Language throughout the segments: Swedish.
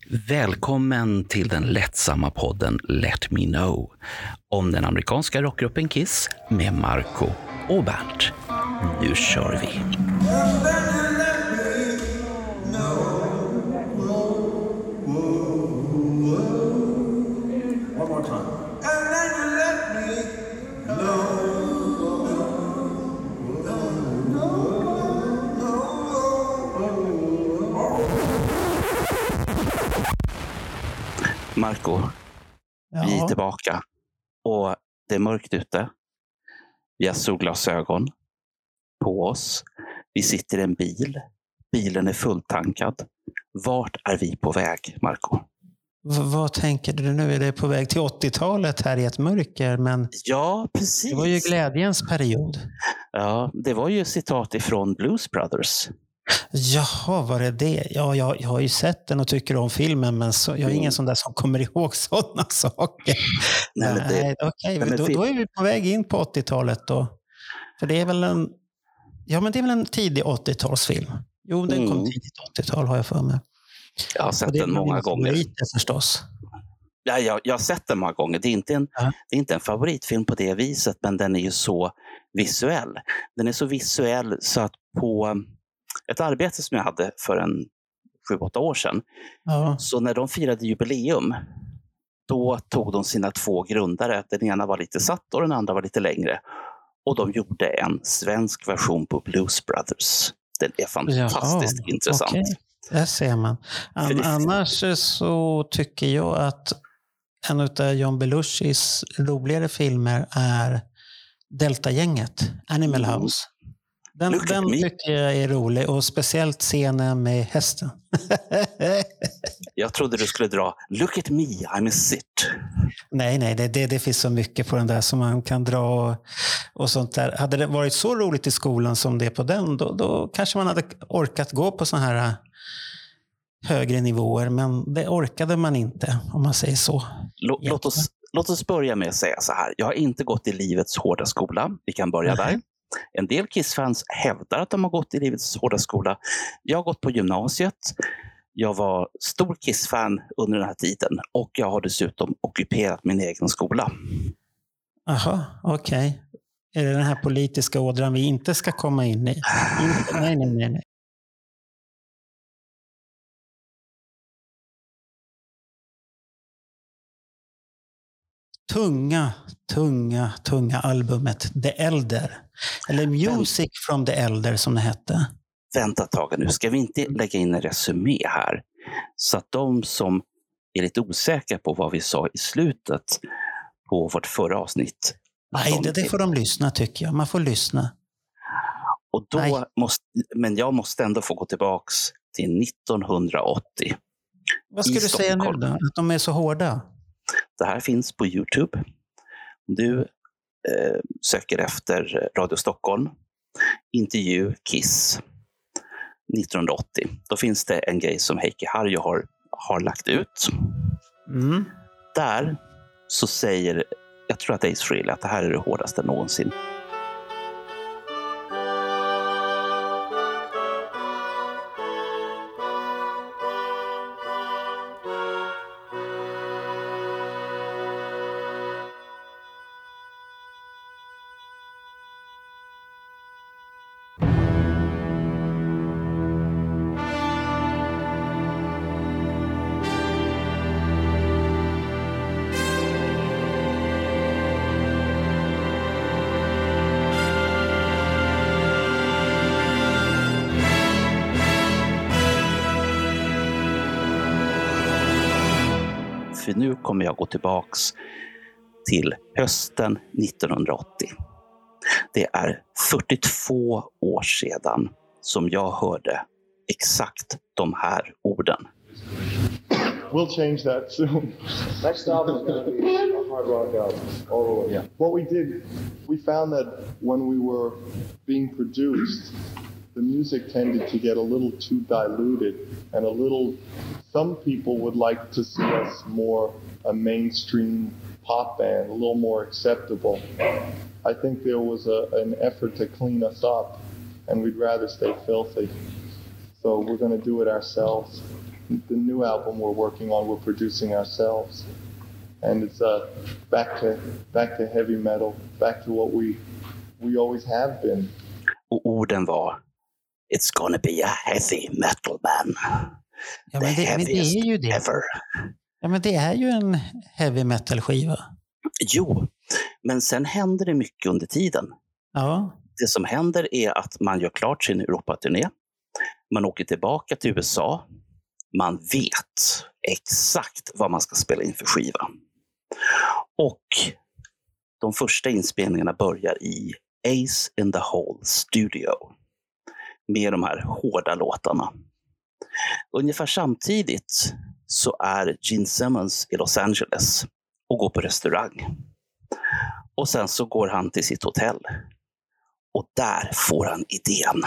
Välkommen till den lättsamma podden Let Me Know om den amerikanska rockgruppen Kiss med Marco och Bernt. Nu kör vi! Marco, vi är tillbaka och det är mörkt ute. Vi har solglasögon på oss. Vi sitter i en bil. Bilen är fulltankad. Vart är vi på väg, Marco? Vad tänker du nu? Är det på väg till 80-talet här i ett mörker? Men ja, precis. Det var ju glädjens period. Ja, det var ju citat ifrån Blues Brothers. Jaha, var det det? Ja, jag har ju sett den och tycker om filmen, men jag är ingen sån där som kommer ihåg sådana saker. Nej, okej. Då är vi på väg in på 80-talet då. För det är väl en tidig 80-talsfilm. Jo, den kom tidigt 80-tal har jag för mig. Jag har sett den många gånger. Det är förstås. Ja, jag har sett den många gånger. Det är inte en favoritfilm på det viset, men den är ju så visuell. Den är så visuell så att på ett arbete som jag hade för 7-8 år sedan, så när de firade jubileum, då tog de sina 2 grundare. Den ena var lite satt och den andra var lite längre. Och de gjorde en svensk version på Blues Brothers. Den är fantastiskt intressant. Okay. Där ser man. Annars så tycker jag att en av John Belushis roligare filmer är Delta-gänget, Animal House. Den tycker jag är rolig, och speciellt scenen med hästen. Jag trodde du skulle dra Look at me, I'm a sit. Nej, det finns så mycket på den där som man kan dra och sånt där. Hade det varit så roligt i skolan som det är på den, då kanske man hade orkat gå på såna här högre nivåer, men det orkade man inte, om man säger så. Låt oss börja med att säga så här. Jag har inte gått i livets hårda skola. Vi kan börja där. En del Kiss-fans hävdar att de har gått i livets hårda skola. Jag har gått på gymnasiet. Jag var stor Kiss-fan under den här tiden. Och jag har dessutom ockuperat min egen skola. Aha, okej. Är det den här politiska ådran vi inte ska komma in i? Nej. Tunga albumet The Elder. Eller Music from the Elder som det hette. Vänta ett tag nu, ska vi inte lägga in en resumé här? Så att de som är lite osäkra på vad vi sa i slutet på vårt förra avsnitt. Nej, det får de lyssna, tycker jag. Man får lyssna. Och då men jag måste ändå få gå tillbaks till 1980. Vad ska du säga nu då? Att de är så hårda? Det här finns på YouTube. Om du söker efter Radio Stockholm, intervju Kiss 1980. Då finns det en grej som Heikki Harju har lagt ut. Där så säger, jag tror att Ace Frehley, att det här är det hårdaste någonsin. För nu kommer jag gå tillbaks till hösten 1980. Det är 42 år sedan som jag hörde exakt de här orden. We'll change that soon. Next album is going to be a hard rock album. All the way. Yeah. What we did, we found that when we were being produced, the music tended to get a little too diluted and some people would like to see us more a mainstream pop band, a little more acceptable. I think there was an effort to clean us up, and we'd rather stay filthy. So we're going to do it ourselves. the new album we're working on, we're producing ourselves. And it's back to heavy metal, back to what we always have been. Och orden var It's gonna be a heavy metal man. Ja, men det är ju det. Ever. Ja, men det är ju en heavy metal skiva. Jo, men sen händer det mycket under tiden. Ja. Det som händer är att man gör klart sin Europaturné. Man åker tillbaka till USA. Man vet exakt vad man ska spela in för skiva. Och de första inspelningarna börjar i Ace in the Hole Studio. Med de här hårda låtarna. Ungefär samtidigt så är Gene Simmons i Los Angeles och går på restaurang. Och sen så går han till sitt hotell. Och där får han idén.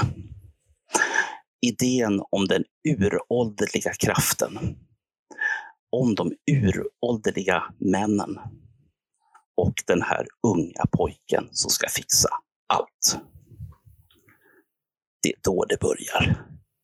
Idén om den uråldriga kraften. Om de uråldriga männen. Och den här unga pojken som ska fixa allt. Det är då det börjar.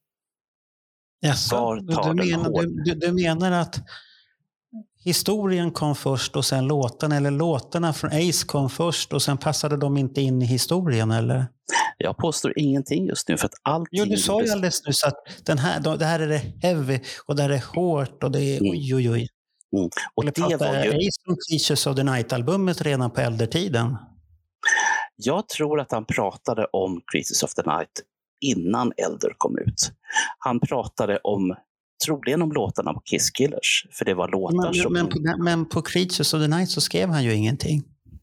Jaså, du menar att historien kom först och sen låtarna från Ace kom först och sen passade de inte in i historien, eller? Jag påstår ingenting just nu för att allting... Jo, du sa ju alldeles nyss att det här är det heavy och det här är hårt och det är oj. Och det var ju... Ace from Creatures of the Night-albumet redan på äldretiden. Jag tror att han pratade om Creatures of the Night innan Elder kom ut. Han pratade troligen om låtarna på Kiss Killers. För det var låtar men på Creatures of the Night så skrev han ju ingenting.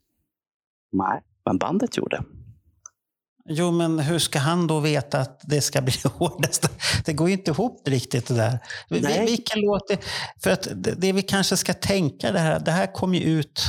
Nej, men bandet gjorde. Jo, men hur ska han då veta att det ska bli hårdast? Det går ju inte ihop riktigt det där. Vilken låt för att det vi kanske ska tänka det här kom ju ut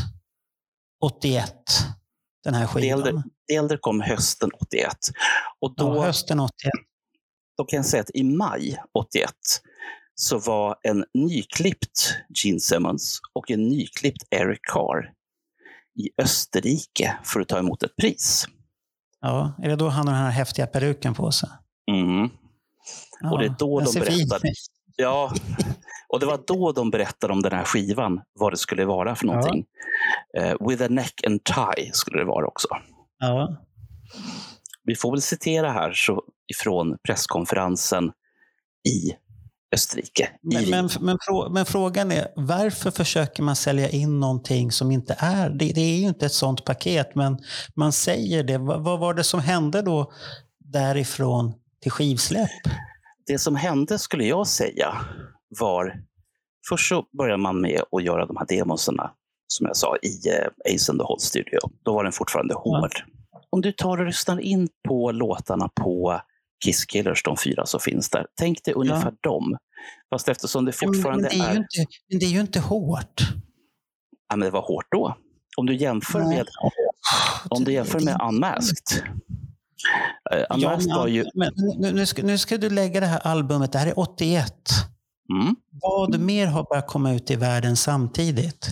81. Den här skivan. Elder kom hösten 81. Och då, hösten 81. Då kan jag säga att i maj 81 så var en nyklippt Gene Simmons och en nyklippt Eric Carr i Österrike för att ta emot ett pris. Ja, är det då han har den här häftiga peruken på sig? Mm. Och det är då de berättade. Ja, och det var då de berättade om den här skivan, vad det skulle vara för någonting. With a neck and tie skulle det vara också. Ja. Vi får väl citera här ifrån presskonferensen i Österrike. Men frågan är, varför försöker man sälja in någonting som inte är? Det är ju inte ett sånt paket, men man säger det. Vad var det som hände då därifrån till skivsläpp? Det som hände skulle jag säga var, först så började man med att göra de här demosarna som jag sa i Ace in the Hole Studio. Då var den fortfarande hård. Om du tar och lyssnar in på låtarna på Kiss Killers, de 4 som finns där. Tänk dig ungefär dem. Fast eftersom det fortfarande men det är ju inte hårt. Ja, men det var hårt då. Om du jämför med Unmasked. Unmasked var ju... Men nu ska du lägga det här albumet. Det här är 81. Vad mer har bara kommit ut i världen samtidigt?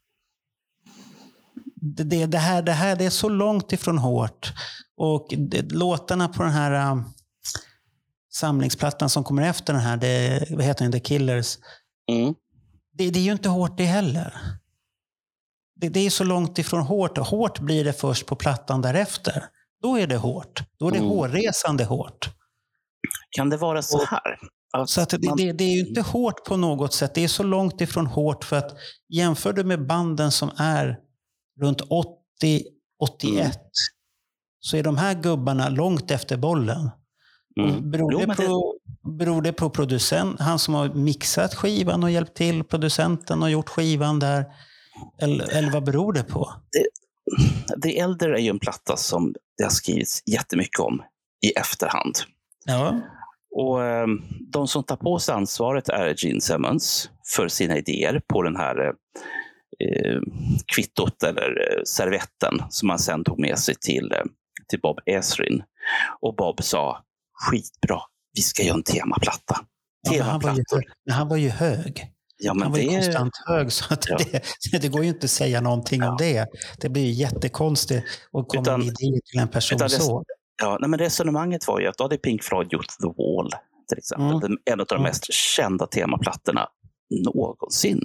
Det här är så långt ifrån hårt. Och låtarna på den här samlingsplattan som kommer efter den här, vad heter den? The Killers. Det är ju inte hårt det heller. Det är så långt ifrån hårt. Hårt blir det först på plattan därefter. Då är det hårt. Då är det hårresande hårt. Kan det vara så här? Så att det är ju inte hårt på något sätt. Det är så långt ifrån hårt för att jämför du med banden som är runt 80-81 så är de här gubbarna långt efter bollen. Beror det på producent, han som har mixat skivan och hjälpt till producenten och gjort skivan där? Eller vad beror det på? The Elder är ju en platta som det har skrivits jättemycket om i efterhand. Ja. Och de som tar på sig ansvaret är Gene Simmons för sina idéer på den här kvittot eller servetten som han sen tog med sig till Bob Ezrin. Och Bob sa, skitbra, vi ska göra en temaplatta. Han var ju hög. Ja, men han var ju konstant hög, så att det går ju inte att säga någonting om det. Det blir ju jättekonstigt att komma med idéer till en person så. Ja, men resonemanget var ju att då hade Pink Floyd gjort The Wall. till exempel. En av de mest kända temaplattorna någonsin.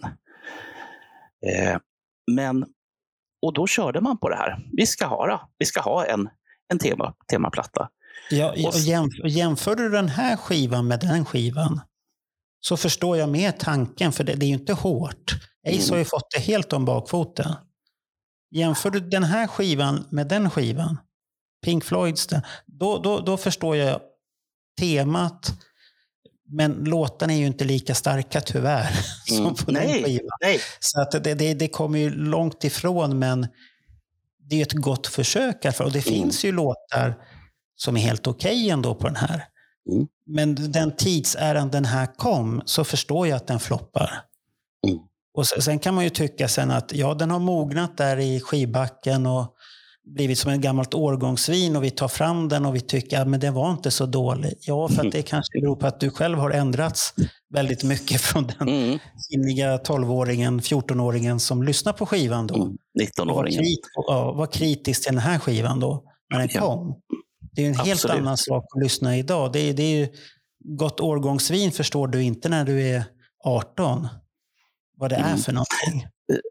Och då körde man på det här. Vi ska ha en temaplatta. Ja, jämför du den här skivan med den skivan så förstår jag mer tanken, för det är ju inte hårt. Ace har ju fått det helt om bakfoten. Jämför du den här skivan med den skivan, Pink Floyds, då förstår jag temat, men låtarna är ju inte lika starka tyvärr som på den skivan. Nej. Så att det kommer ju långt ifrån, men det är ju ett gott försök här, och det finns ju låtar som är helt okej ändå på den här. Men den tidsäran den här kom, så förstår jag att den floppar. Och sen kan man ju tycka sen att den har mognat där i skivbacken och blivit som ett gammalt årgångsvin, och vi tar fram den och vi tycker men det var inte så dålig. Ja, för att det kanske beror på att du själv har ändrats väldigt mycket från den sinniga 12-åringen, 14-åringen som lyssnar på skivan då. 19-åringen. Var kritisk till den här skivan då när den kom. Det är en helt annan sak att lyssna idag. Det är ju gott årgångsvin, förstår du inte när du är 18 vad det är för någonting.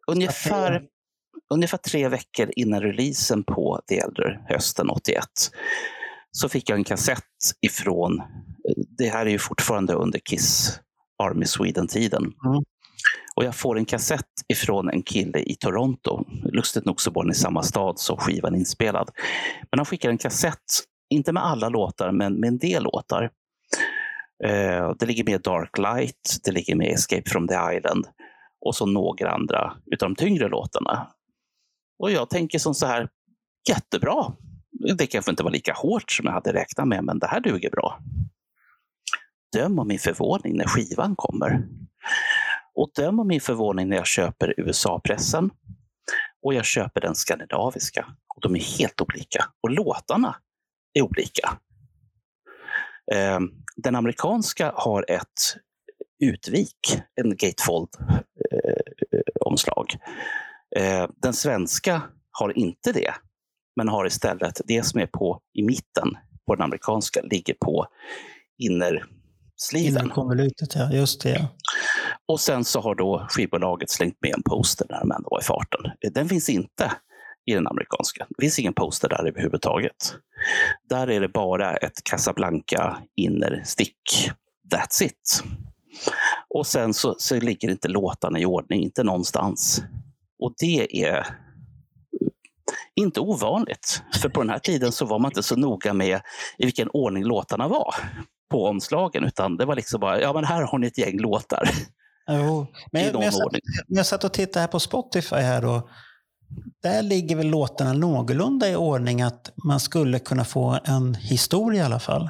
Ungefär 3 veckor innan releasen på The Elder hösten 81 så fick jag en kassett ifrån, det här är ju fortfarande under Kiss Army Sweden-tiden. Och jag får en kassett ifrån en kille i Toronto. Lustigt nog så bor han i samma stad som skivan är inspelad. Men han skickar en kassett, inte med alla låtar, men med en del låtar. Det ligger med Dark Light, det ligger med Escape from the Island och så några andra utav de tyngre låtarna. Och jag tänker som så här, jättebra. Det kanske inte var lika hårt som jag hade räknat med, men det här duger bra. Döm om min förvåning när skivan kommer. Och döm om min förvåning när jag köper USA-pressen och jag köper den skandinaviska. Och de är helt olika. Och låtarna är olika. Den amerikanska har ett utvik, en gatefold-omslag. Den svenska har inte det, men har istället det som är på i mitten på den amerikanska ligger på innersliven. Innerkonvolutet, ja, just det. Ja. Och sen så har då skivbolaget slängt med en poster när de ändå var i farten. Den finns inte i den amerikanska. Det finns ingen poster där överhuvudtaget. Där är det bara ett Casablanca innerstick. That's it. Och sen så ligger inte låtarna i ordning, inte någonstans. Och det är inte ovanligt. För på den här tiden så var man inte så noga med i vilken ordning låtarna var på omslagen. Utan det var liksom bara, men här har ni ett gäng låtar. Jo, men jag satt och tittade här på Spotify här och där ligger väl låtarna någorlunda i ordning att man skulle kunna få en historia i alla fall.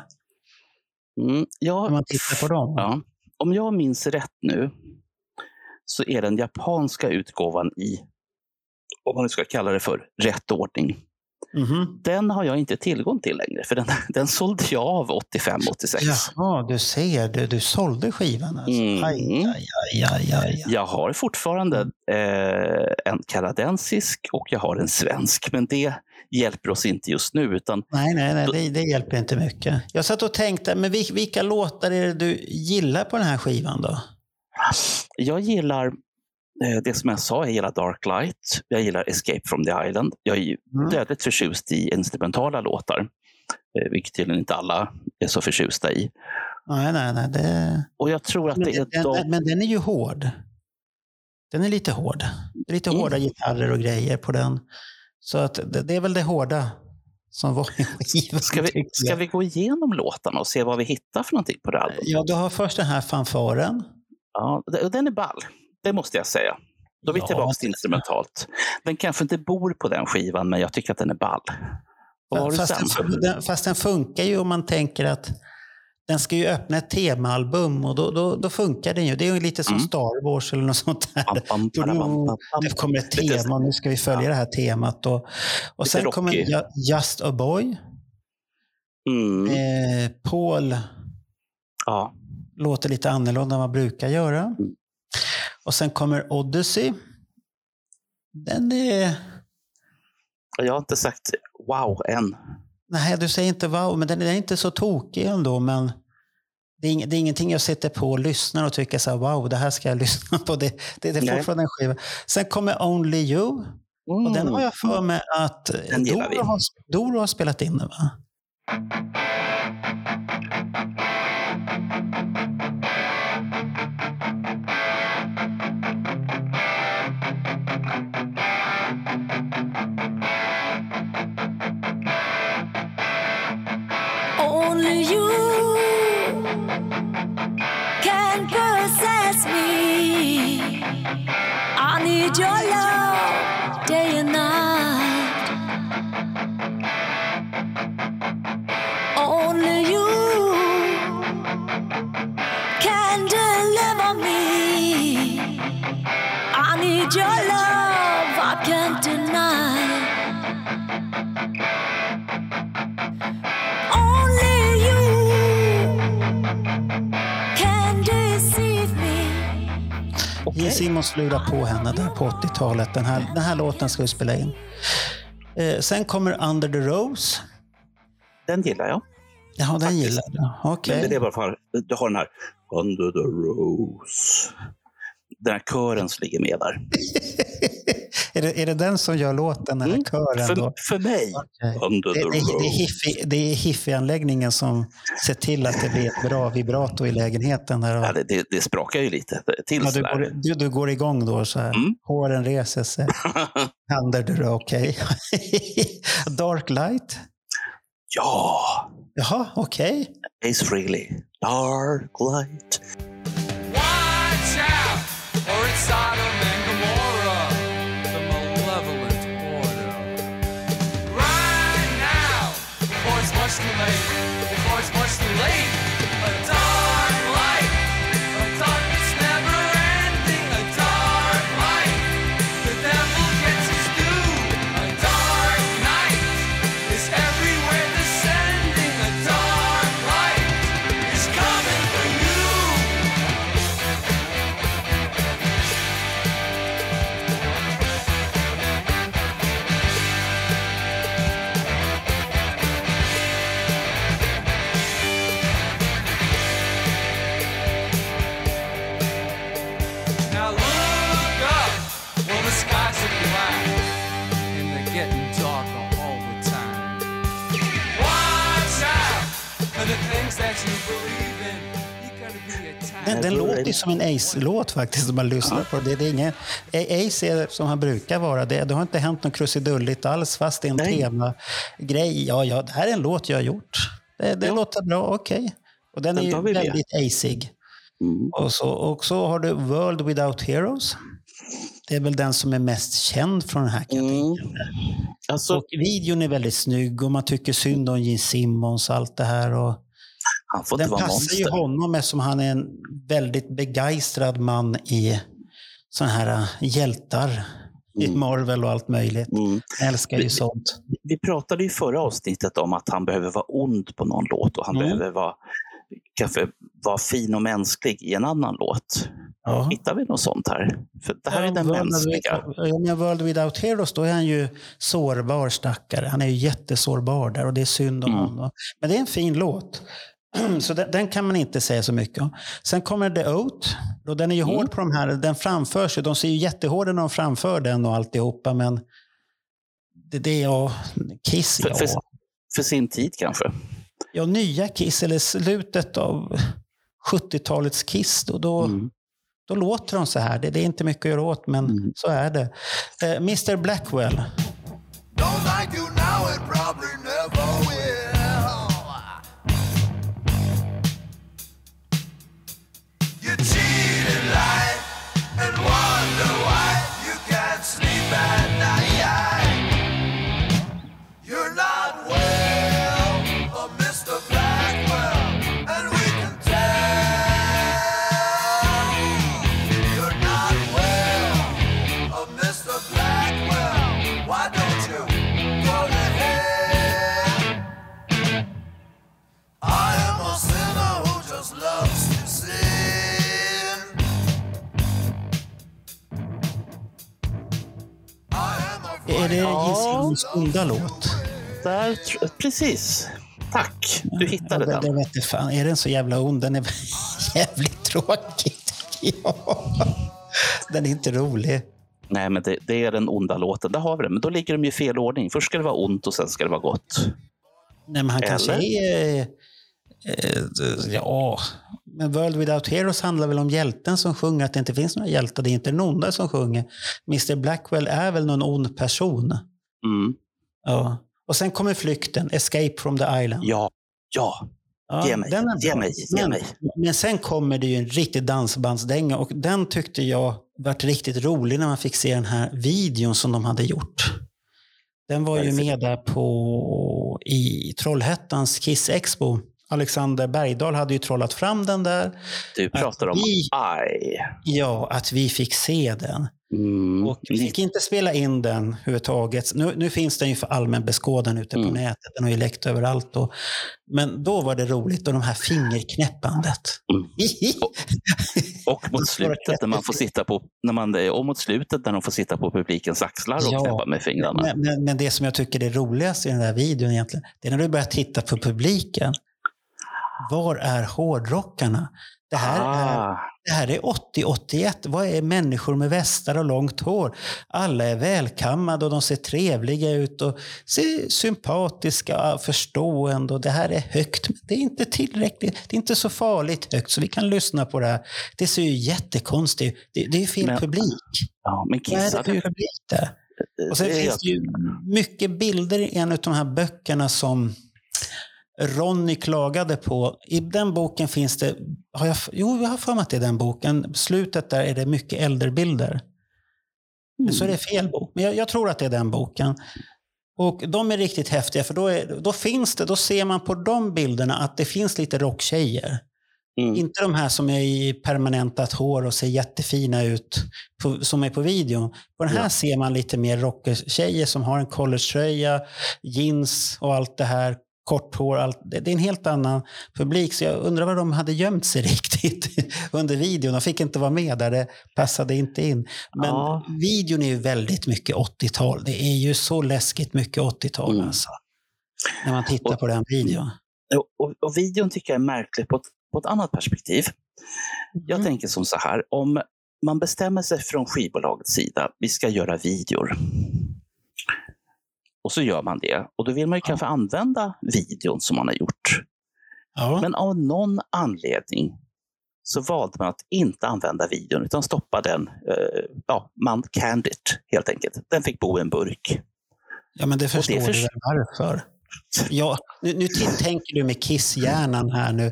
När man tittar på dem. Ja. Om jag minns rätt nu så är den japanska utgåvan i, om man nu ska kalla det för, rätt ordning. Den har jag inte tillgång till längre, för den sålde jag av 85-86. Jaha, du ser, du sålde skivan alltså. Aj. Jag har fortfarande en kanadensisk och jag har en svensk, men det hjälper oss inte just nu. Utan nej, det hjälper inte mycket. Jag satt och tänkte, men vilka låtar är det du gillar på den här skivan då? Jag gillar det som jag sa, jag gillar Dark Light, jag gillar Escape from the Island. Jag är dödligt förtjust i instrumentala låtar, vilket tydligen inte alla är så förtjusta i. Nej. Och jag tror att men den är ju hård. Den är lite hård. Det är lite hårda gitarrer och grejer på den. Så att det är väl det hårda som var i skivan. Ska vi gå igenom låtarna och se vad vi hittar för någonting på det albumet? Ja, du har först den här fanfaren. Ja, den är ball. Det måste jag säga. Då är vi tillbaka till instrumentalt. Den kanske inte bor på den skivan, men jag tycker att den är ball. Fast den funkar ju om man tänker att den ska ju öppna ett temaalbum och då funkar den ju. Det är ju lite som Star Wars eller något sånt där. Det kommer ett tema och nu ska vi följa det här temat. Och sen kommer Just a Boy. Paul låter lite annorlunda än man brukar göra. Och sen kommer Odyssey. Den är... Jag har inte sagt wow än. Nej, du säger inte wow, men den är inte så tokig ändå. Men Det är ingenting jag sätter på och lyssnar och tycker så här, wow, det här ska jag lyssna på. Det är fortfarande en skiva. Sen kommer Only You. Och den har jag för mig att Doro har spelat in den, va? Only you can possess me. I need your love day and night. Only you can deliver me. I need your love, I can't deny. Gene Simmons lurar på henne där på 80-talet. Den här låten ska vi spela in. Sen kommer Under the Rose. Den gillar jag. Ja, den gillar jag. Okay. Men det är bara för du har den här Under the Rose. Den här kören som ligger med där. Är det den som gör låten, den här kören? För mig. Okay. Under the Rose. Det är hifi-anläggningen som ser till att det blir ett bra vibrato i lägenheten. Där. Ja, det sprakar ju lite till. Ja, du går igång då så här. Håren reser sig. Under the Rose, okej. Dark Light? Ja. Jaha, okej. Ace Frehley. Dark Light. Watch out, or it's Sodom and Gomorrah, the malevolent order. Right now, before it's much too late, before it's much too late, a dark light, a darkness never ending, a dark light, the devil gets his due, a dark night is everywhere descending, a dark light is coming for you. Now look up, well the skies are black, and they're getting darker all the time. Watch out for the things that you believe in. You gotta be attacked. Den låter ju som en Ace-låt faktiskt, om man lyssnar på det. Det är ingen, Ace är som han brukar vara. Det har inte hänt något krusidulligt alls, fast det är en tema-grej. Ja, det här är en låt jag har gjort. Det låter bra, okej. Och den är ju väldigt acig. Och så har du World Without Heroes. Det är väl den som är mest känd från den här kategorin. Alltså, och videon är väldigt snygg och man tycker synd om Gene Simmons allt det här. Och han får den passar ju honom eftersom han är en väldigt begeistrad man i såna här hjältar i Marvel och allt möjligt. Jag älskar ju sånt. Vi pratade i förra avsnittet om att han behöver vara ond på någon låt och han behöver kanske vara fin och mänsklig i en annan låt. Ja. Hittar vi något sånt här? För det här är den mänskliga. Med World Without Heroes då är han ju sårbar stackare. Han är ju jättesårbar där och det är synd om honom. Men det är en fin låt. Så den kan man inte säga så mycket om. Sen kommer The Oath. Och den är ju hård på de här. Den framförs ju. De ser ju jättehårda när de framför den och alltihopa. Men det är Kiss. För sin tid kanske. Ja, nya Kiss eller slutet av 70-talets Kiss. Då låter de så här. Det är inte mycket att göra åt, men så är det. Mr. Blackwell. Don't like you now, it probably never will. You cheat in life and wonder why you can't sleep at night. You're not well, Mr. Blackwell, and we can tell. You're not well, Mr. Blackwell. Why don't you go to hell? I am a sinner who just loves to sin. Är det Gene Simmons onda låt? Precis. Tack, du hittade den. Det vet jag fan. Är den så jävla ond? Den är jävligt tråkig. Ja. Den är inte rolig. Nej, men det är den onda låten. Där har vi det. Men då ligger de ju i fel ordning. Först ska det vara ont och sen ska det vara gott. Nej, men han kanske är... ja, men World Without Heroes handlar väl om hjälten som sjunger, att det inte finns några hjältar. Det är inte den onda som sjunger. Mr. Blackwell är väl någon ond person. Ja. Och sen kommer flykten, Escape from the Island. Ja. Ge mig. Men sen kommer det ju en riktig dansbandsdänga, och den tyckte jag varit riktigt rolig när man fick se den här videon som de hade gjort. Den var ju med där i Trollhättans Kiss Expo. Alexander Bergdahl hade ju trollat fram den där. Du pratar om Aj. Ja, att vi fick se den. Och vi fick inte spela in den överhuvudtaget. Nu finns den ju för allmän beskådan ute på nätet. Den har ju läckt överallt. Men då var det roligt, och de här fingerknäppandet. Och mot slutet när man får sitta på när de får sitta på publikens axlar och knäppa med fingrarna. Men det som jag tycker är roligast i den där videon egentligen, det är när du börjar titta på publiken. Var är hårdrockarna? Det här är 80-81. Vad är människor med västar och långt hår? Alla är välkammade och de ser trevliga ut och ser sympatiska, förstående. Och det här är högt, men det är inte tillräckligt. Det är inte så farligt högt så vi kan lyssna på det här. Det ser ju jättekonstigt ut. Det är fel publik. Ja, men kissar du? Publik där? Och sen finns det ju mycket bilder i en av de här böckerna som Ronny klagade på. I den boken finns det... jag har för mig att det är den boken. Slutet där är det mycket äldrebilder. Så är det fel bok. Men jag tror att det är den boken. Och de är riktigt häftiga. För då ser man på de bilderna att det finns lite rocktjejer. Inte de här som är i permanentat hår och ser jättefina ut som är på videon. På den här ser man lite mer rocktjejer som har en collegetröja, jeans och allt det här. Kort hår, det är en helt annan publik, så jag undrar vad de hade gömt sig riktigt under videon. De fick inte vara med där, det passade inte in. Men videon är ju väldigt mycket 80-tal. Det är ju så läskigt mycket 80-tal alltså. När man tittar på den videon. Och videon tycker jag är märklig på ett annat perspektiv. Jag tänker som så här, om man bestämmer sig från skivbolagets sida, vi ska göra videor. Och så gör man det. Och då vill man ju kanske använda videon som man har gjort. Ja. Men av någon anledning så valde man att inte använda videon utan stoppa den. Man canned it helt enkelt. Den fick bo i en burk. Ja, men det förstår du väl varför. Ja, nu tänker du med Kiss-hjärnan här nu.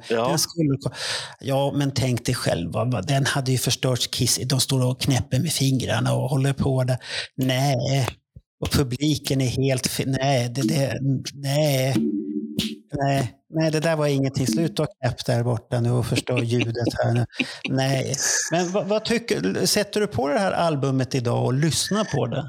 Ja. Men tänk dig själv. Den hade ju förstörts Kiss. De står och knäpper med fingrarna och håller på där. Nej. Och publiken är helt... Nej, det där var ingenting. Sluta och knäpp där borta nu och förstå ljudet här nu. Nej. Men vad sätter du på det här albumet idag och lyssnar på det?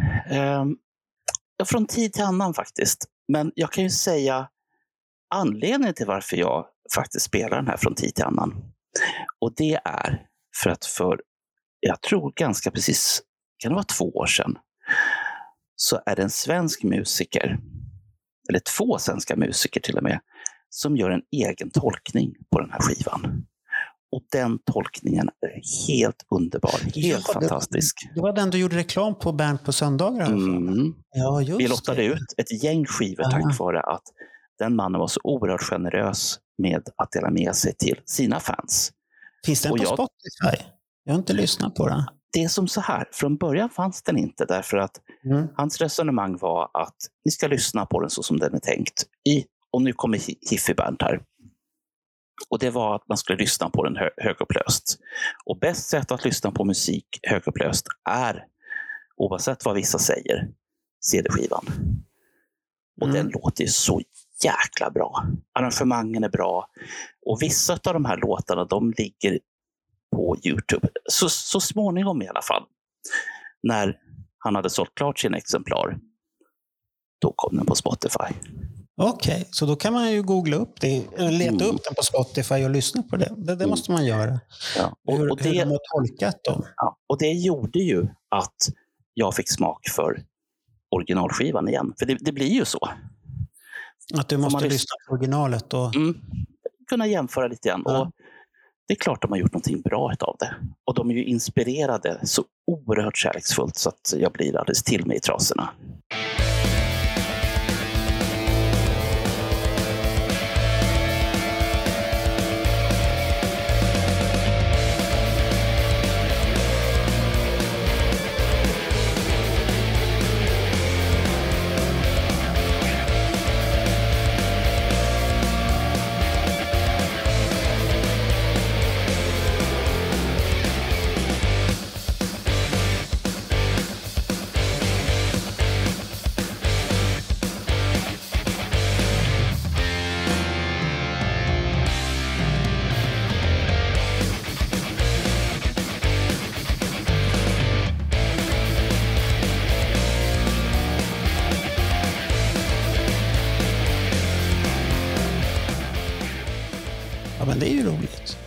Från tid till annan faktiskt. Men jag kan ju säga anledningen till varför jag faktiskt spelar den här från tid till annan. Och det är för att jag tror ganska precis, kan det vara 2 år sedan, så är det en svensk musiker, eller 2 svenska musiker till och med, som gör en egen tolkning på den här skivan. Och den tolkningen är helt underbar, helt fantastisk. Det var den du gjorde reklam på Bernt på söndagar. Ja, just vi lottade ut ett gäng skivor tack vare att den mannen var så oerhört generös med att dela med sig till sina fans. Finns den på Spotify? Jag har inte lyssnat på den. Det är som så här, från början fanns den inte därför att hans resonemang var att ni ska lyssna på den så som den är tänkt. Och nu kommer Hiffy-Bernt här. Och det var att man skulle lyssna på den högupplöst. Och bäst sätt att lyssna på musik högupplöst är, oavsett vad vissa säger, CD-skivan. Och den låter ju så jäkla bra. Arrangemangen är bra. Och vissa av de här låtarna, de ligger på YouTube. Så småningom i alla fall. När han hade sålt klart sina exemplar, då kom den på Spotify. Okej, så då kan man ju googla upp det, eller leta upp den på Spotify och lyssna på det. Det måste man göra. Ja. Hur de har tolkat dem. Ja, och det gjorde ju att jag fick smak för originalskivan igen. För det blir ju så. Att du måste lyssna på originalet och kunna jämföra lite grann. Och det är klart de har gjort någonting bra av det. Och de är ju inspirerade så oerhört kärleksfullt så att jag blir alldeles till mig i trasorna. Men det är ju roligt.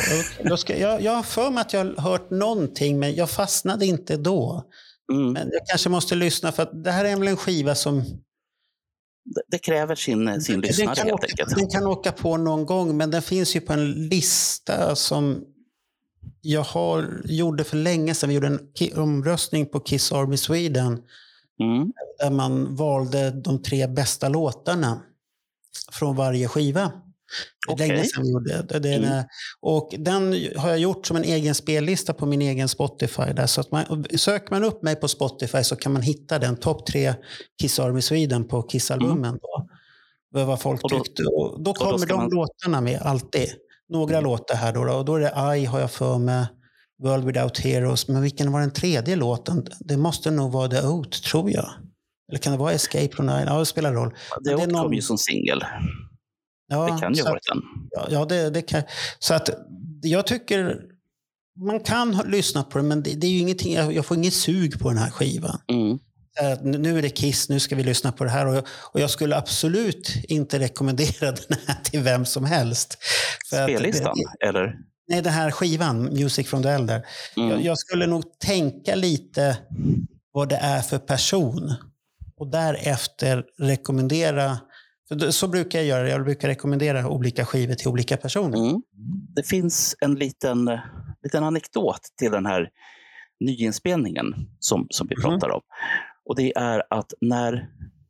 Jag har för mig att jag har hört någonting, men jag fastnade inte då. Men jag kanske måste lyssna, för att det här är väl en skiva som... Det kräver sin lyssnare helt enkelt. Den kan åka på någon gång, men den finns ju på en lista som jag gjorde för länge sedan. Vi gjorde en omröstning på Kiss Army Sweden där man valde de 3 bästa låtarna från varje skiva. Länge sedan vi gjorde det. Och den har jag gjort som en egen spellista på min egen Spotify där, så att söker man upp mig på Spotify så kan man hitta den topp 3 Kiss Army Sweden på Kiss-albumen då. Vad folk tyckte. Och då kommer de låtarna med alltid. Några låtar här då, och då är det I, har jag för mig, World Without Heroes. Men vilken var den 3:e låten? Det måste nog vara The Oath, tror jag. Eller kan det vara Escape from Nine? Ja, det spelar roll. The Oath kom ju som singel. Ja, det kan ju vara den. Ja, det kan. Så att jag tycker man kan lyssna på det, men det är ju ingenting, jag får inget sug på den här skivan. Nu är det Kiss, nu ska vi lyssna på det här. Och jag skulle absolut inte rekommendera den här till vem som helst. Spellistan, eller? Nej, den här skivan, Music from the Elder. Jag skulle nog tänka lite vad det är för person. Och därefter rekommendera... Så brukar jag göra. Jag brukar rekommendera olika skivor till olika personer. Det finns en liten anekdot till den här nyinspelningen som vi pratar om. Och det är att när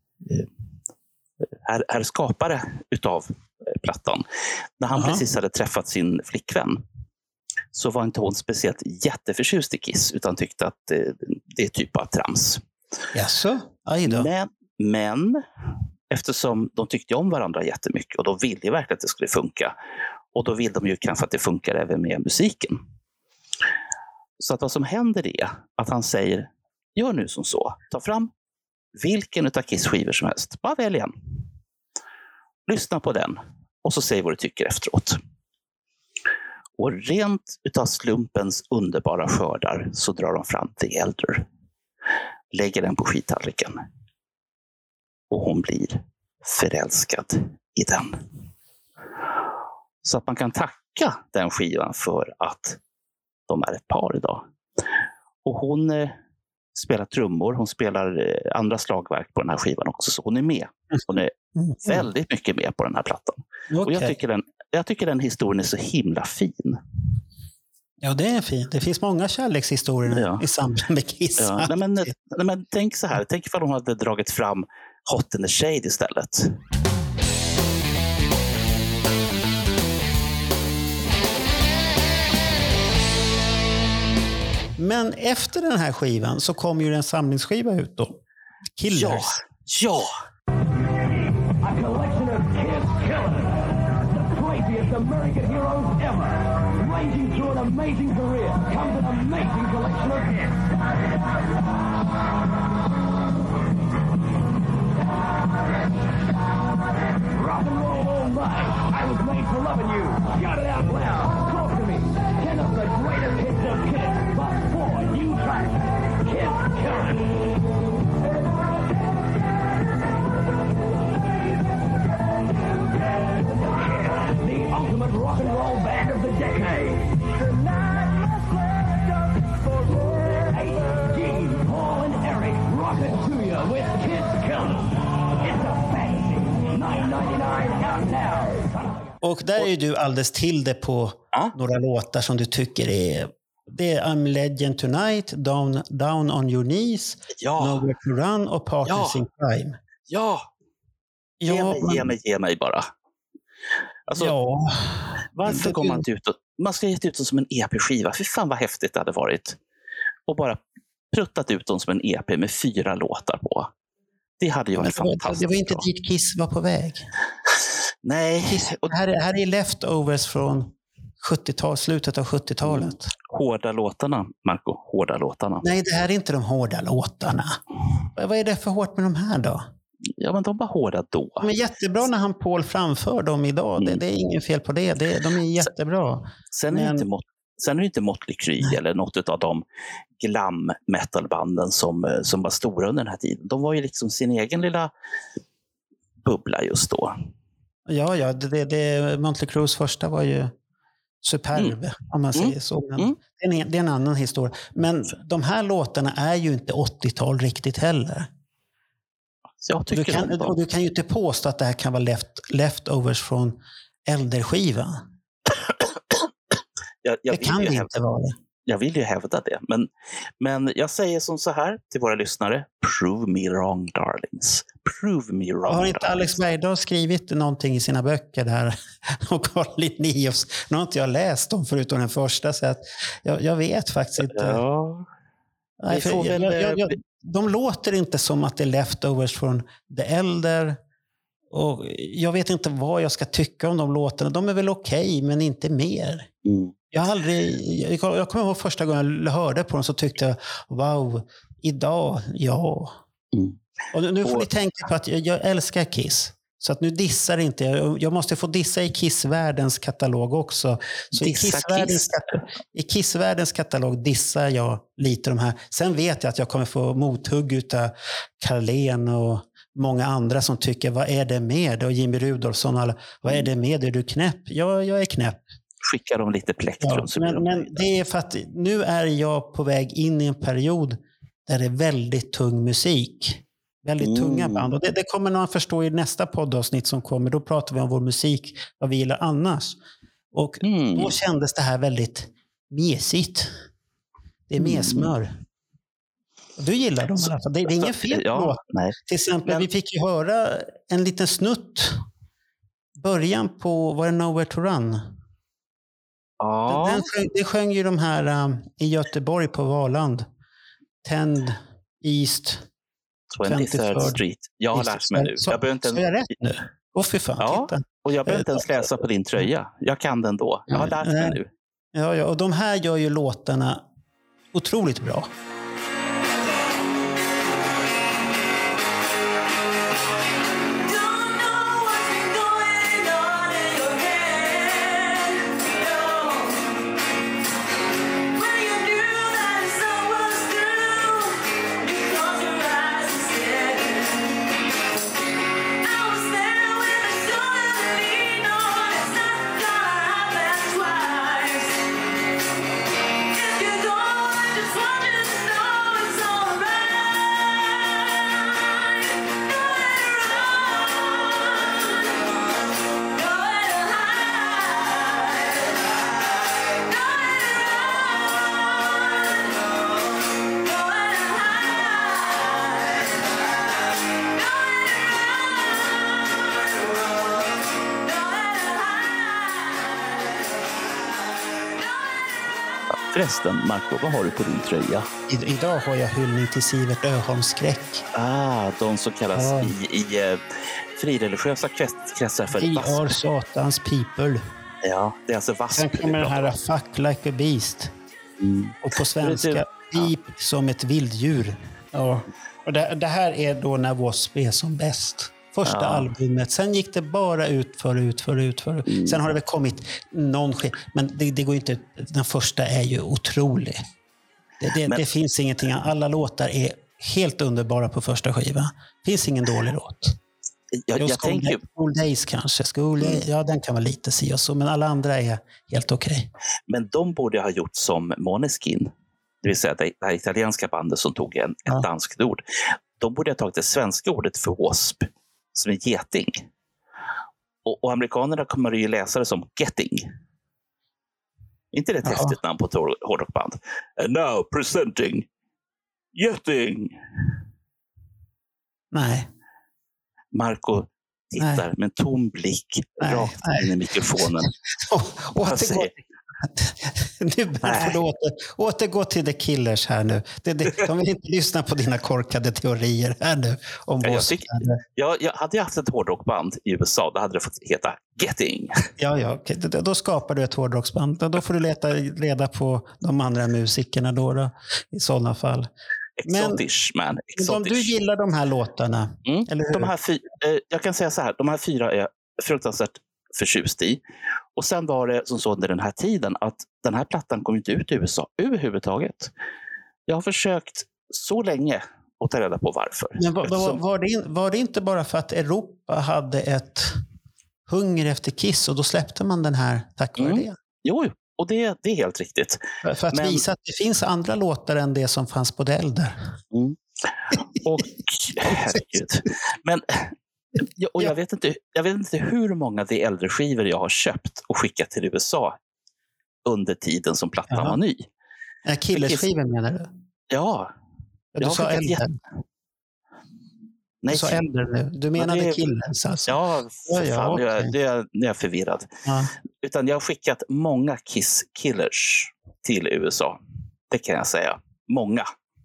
herr skapare utav plattan, när han precis hade träffat sin flickvän, så var inte hon speciellt jätteförtjust i Kiss, utan tyckte att det är typ av trams. Jaså? Aj då. Men eftersom de tyckte om varandra jättemycket och de ville verkligen att det skulle funka. Och då vill de ju kanske att det funkar även med musiken. Så att vad som händer är att han säger, gör nu som så. Ta fram vilken utav Kiss-skivor som helst. Bara välj en. Lyssna på den. Och så säg vad du tycker efteråt. Och rent utav slumpens underbara skördar så drar de fram The Elder. Lägger den på skittallriken. Och hon blir förälskad i den. Så att man kan tacka den skivan för att de är ett par idag. Och hon spelar trummor, hon spelar andra slagverk på den här skivan också. Så hon är med. Hon är väldigt mycket med på den här plattan. Och jag tycker den historien är så himla fin. Ja, det är fint. Det finns många kärlekshistorier i samband med Kiss. Ja. Men tänk så här. Tänk ifall de hade dragit fram Hot in the Shade istället. Men efter den här skivan så kom ju en samlingsskiva ut då. Killers. Ja. A collection of Kiss killers. The craziest American heroes ever. Ranging through an amazing career comes an amazing collection of hits. Rock and roll all night. I was made for loving you. Shout it out loud. Talk to me. 10 of the greatest hits of Kiss, but 4 new tracks. Kiss Killers. The ultimate rock and roll band of the decade. Och där är ju du alldeles till det på några låtar som du tycker är... Det är I'm Legend Tonight, Down on Your Knees, Nowhere to Run och Partners in Crime. Ge mig bara. Alltså, varför går man inte ut man ska ge ut dem som en EP-skiva. Fy fan vad häftigt det hade varit. Och bara pruttat ut dem som en EP med 4 låtar på. Det hade ju varit fantastiskt. Det var inte dit Kiss var på väg. Nej. Här är leftovers från 70-tal, slutet av 70-talet. Hårda låtarna, Marco. Hårda låtarna. Nej, det här är inte de hårda låtarna. Vad är det för hårt med de här då? Ja, men de var hårda då. De är jättebra när han Paul framför dem idag. Det är ingen fel på det. De är jättebra. Sen är det inte Motley Crue eller något av de glam metalbanden som var stora under den här tiden. De var ju liksom sin egen lilla bubbla just då. Ja, Motley Crues första var ju superb, om man säger så. Men det är en annan historia. Men de här låtarna är ju inte 80-tal riktigt heller. Du kan ju inte påstå att det här kan vara leftovers från äldreskivan. Det kan det inte vara. Jag vill ju hävda det. Men jag säger som så här till våra lyssnare. Prove me wrong, darlings. Prove me wrong. Har inte Alex Bergdahl skrivit någonting i sina böcker där? Och Carl Linnaeus. Nu har inte jag läst dem förutom den första. Så att jag vet faktiskt inte. Ja. Nej, de låter inte som att det är leftovers från The Elder. Och jag vet inte vad jag ska tycka om de låtarna. De är väl okej, men inte mer. Jag kommer ihåg första gången jag hörde på dem så tyckte jag, wow, idag, ja. Och nu får ni tänka på att jag älskar Kiss. Så att nu dissar inte jag måste få dissa i Kiss-världens katalog också. Så i Kiss-världens katalog dissar jag lite de här. Sen vet jag att jag kommer få mothugg utav Carlén och många andra som tycker, vad är det med det? Och Jimmy Rudolfsson och alla, vad är det med det? Är du knäpp? Jag är knäpp. Skickar dem lite plektrum. Men det är för att nu är jag på väg in i en period där det är väldigt tung musik. Väldigt tunga band. Och det kommer någon förstå i nästa poddavsnitt som kommer. Då pratar vi om vår musik, vad vi gillar annars. Och då kändes det här väldigt mesigt. Det är mesmör. Och du gillar dem i alla fall. Det är ingen fel på. Till exempel, vi fick ju höra en liten snutt. Början på, var det Nowhere to Run? Ja. Det sjöng ju de här i Göteborg på Valand. 10 East 23rd Street. Jag har lärt mig nu. Så jag rätt nu? Fy fan, titta. Och jag behöver inte ens läsa på din tröja. Jag kan den då. Jag har lärt mig nu. Ja, och de här gör ju låtarna otroligt bra. Förresten, Marco, vad har du på din tröja? Idag har jag hyllning till Sivert Öholms skräck. De som kallas i frireligiösa kretsar för Vi har satans people. Ja, det är alltså vasp. Sen kommer det här fuck like a beast. Och på svenska, pip som ett vilddjur. Ja. Och det här är då när W.A.S.P. är som bäst. Första albumet. Sen gick det bara utför. Sen har det väl kommit någon men det går inte. Den första är ju otrolig. Det finns ingenting. Alla låtar är helt underbara på första skivan. Det finns ingen dålig låt. Jag tänker School Days kanske. Ja, den kan vara lite si och så. Men alla andra är helt okej. Men de borde ha gjort som Måneskin. Det vill säga det här italienska bandet som tog ett danskt ord. De borde ha tagit det svenska ordet för W.A.S.P. som en geting. Och amerikanerna kommer ju läsa det som Getting. Inte det ett häftigt namn på ett hårdrockband? And now presenting Getting. Nej. Marco tittar med en tom blick rakt in i mikrofonen. Nu får du återgå till The Killers här nu. De vill inte lyssna på dina korkade teorier här nu. Jag hade ju haft ett hårdrockband i USA, då hade det fått heta Getting. Ja, okay. Då skapar du ett hårdrocksband. Då får du leta reda på de andra musikerna då i sådana fall. Exotish, man. Om du gillar de här låtarna, eller hur? De här jag kan säga så här, de här 4 är jag fruktansvärt förtjust i. Och sen var det som så under den här tiden att den här plattan kom inte ut i USA överhuvudtaget. Jag har försökt så länge att ta reda på varför. Men var det inte bara för att Europa hade ett hunger efter Kiss och då släppte man den här tack vare det? Jo, och det är helt riktigt. För att visa att det finns andra låtar än det som fanns på The Elder. Och herregud. Men och jag vet inte hur många The Elder-skivor jag har köpt och skickat till USA under tiden som plattan var ny. Killers-skivor menar du? Ja. Du sa Elder. Nej, du sa Elder nu. Du menade Killers alltså? Ja, fan, okay. Nu är jag förvirrad. Ja. Utan jag har skickat många Kiss-Killers till USA. Det kan jag säga. Många.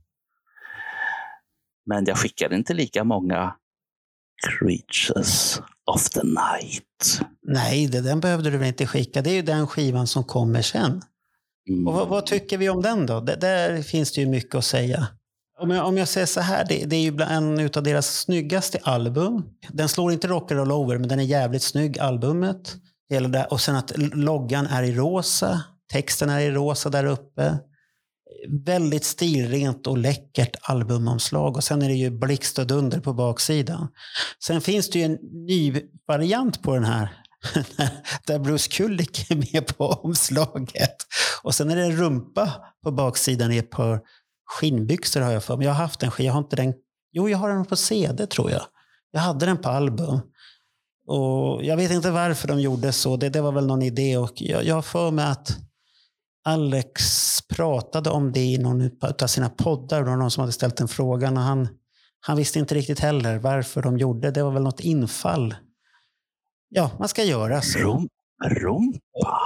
Men jag skickade inte lika många Creatures of the Night. Nej, den behövde du väl inte skicka. Det är ju den skivan som kommer sen. Och vad tycker vi om den då? Där finns det ju mycket att säga. Om jag säger så här, det är ju en utav deras snyggaste album. Den slår inte Rock and Roll Over, men den är jävligt snygg, albumet. Och sen att loggan är i rosa, texten är i rosa där uppe. Väldigt stilrent och läckert albumomslag. Och sen är det ju blixt och dunder på baksidan. Sen finns det ju en ny variant på den här. Där Bruce Kulick är med på omslaget. Och sen är det en rumpa på baksidan i ett par skinnbyxor har jag för mig. Jag har haft en jag har inte den. Jo, jag har den på CD tror jag. Jag hade den på album. Och jag vet inte varför de gjorde så. Det var väl någon idé. Och jag har för mig att Alex pratade om det i någon av sina poddar. Det var någon som hade ställt en frågan. Och han visste inte riktigt heller varför de gjorde. Det var väl något infall. Ja, man ska göra så. Rumpa.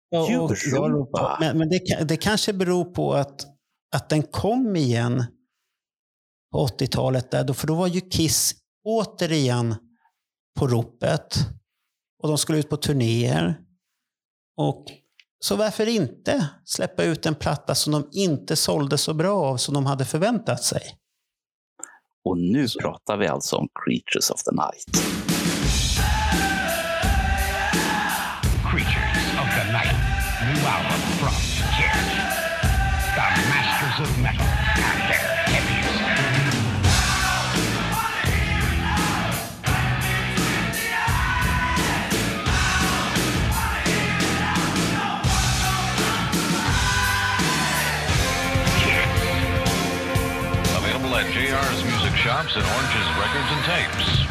Men det kanske beror på att den kom igen på 80-talet där. För då var ju Kiss återigen på ropet. Och de skulle ut på turnéer. Och så varför inte släppa ut en platta som de inte sålde så bra av som de hade förväntat sig? Och nu pratar vi alltså om Creatures of the Night. Creatures of the Night. New album from Kiss. The Masters of Metal and their heaviest. Available at JR's music shops and Orange's records and tapes.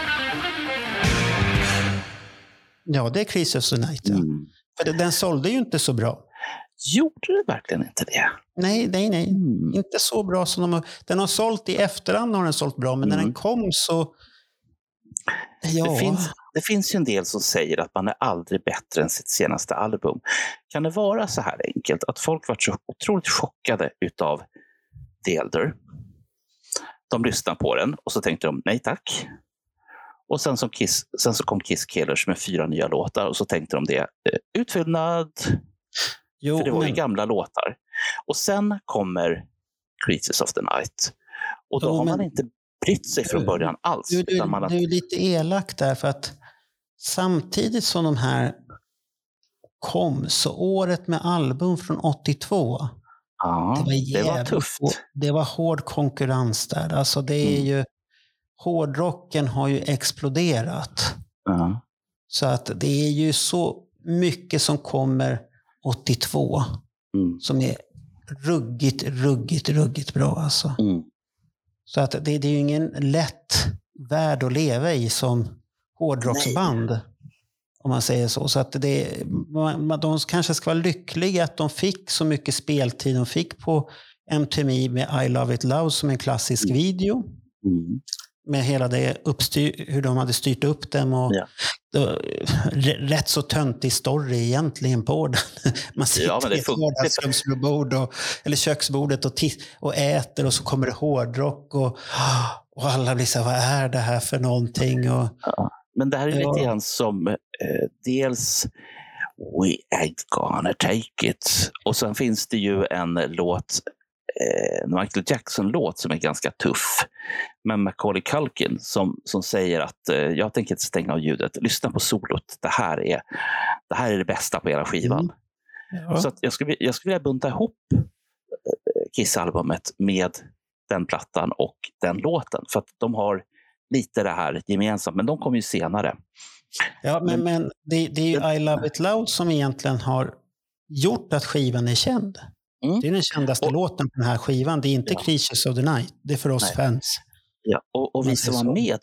Ja, det är Creatures of the Night. Ja. För den sålde ju inte så bra. Gjorde det verkligen inte det? Nej. Inte så bra som den har sålt i efterhand har den sålt bra, men när den kom så... Ja. Det finns ju en del som säger att man är aldrig bättre än sitt senaste album. Kan det vara så här enkelt att folk var så otroligt chockade utav The Elder? De lyssnade på den och så tänkte de nej tack. Och sen så kom Kiss Killers med 4 nya låtar och så tänkte de det. Utfyllnad. För det var ju gamla låtar. Och sen kommer Creatures of the Night. Och då har man inte brytt sig från början alls. Du är lite elak där för att samtidigt som de här kom så året med album från 82. Ja, det var tufft. Det var hård konkurrens där. Alltså det är ju hårdrocken har ju exploderat. Så att det är ju så mycket som kommer 82 som är ruggigt bra alltså. Så att det är ju ingen lätt värld att leva i som hårdrocksband. Om man säger så. Så att de kanske ska vara lyckliga att de fick så mycket speltid de fick på MTV med I Love It Loud som en klassisk video. Med hela det hur de hade styrt upp dem och rätt så töntig story egentligen på den. Man sitter i ett vardagsrumsbord eller köksbordet och äter och så kommer det hårdrock och alla blir så här, vad är det här för någonting? Men det här är lite grann som dels We Ain't Gonna Take It och sen finns det ju en låt Michael Jackson-låt som är ganska tuff med Macaulay Culkin som säger att jag tänker inte stänga av ljudet, lyssna på solot, det här är det bästa på hela skivan. Så att jag skulle vilja bunta ihop Kiss-albumet med den plattan och den låten för att de har lite det här gemensamt, men de kommer ju senare. Ja, men det är ju I Love It Loud som egentligen har gjort att skivan är känd. Det är den kändaste låten på den här skivan. Det är inte Creatures of the Night. Det är för oss fans. Ja, och vi som var med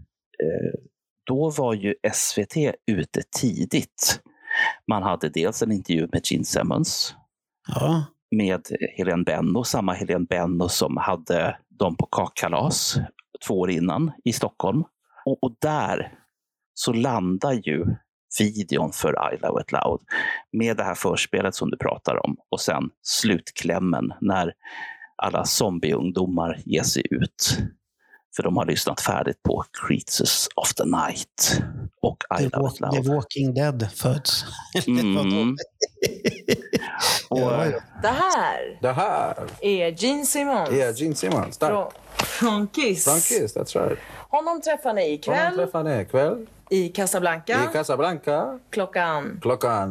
då var ju SVT ute tidigt. Man hade dels en intervju med Gene Simmons med Helene Benno, samma Helene Benno som hade dem på kakkalas 2 år innan i Stockholm. Och där så landar ju videon för I Love It Loud med det här förspelet som du pratar om och sen slutklämmen när alla zombieungdomar ger sig ut för de har lyssnat färdigt på Creatures of the Night och I Love It Loud. The Walking Dead föds. Det här är Gene Simmons. Yeah, Gene Simmons. Från Kiss. Från Kiss, that's right. Honom träffar ni ikväll. I Casablanca. Klockan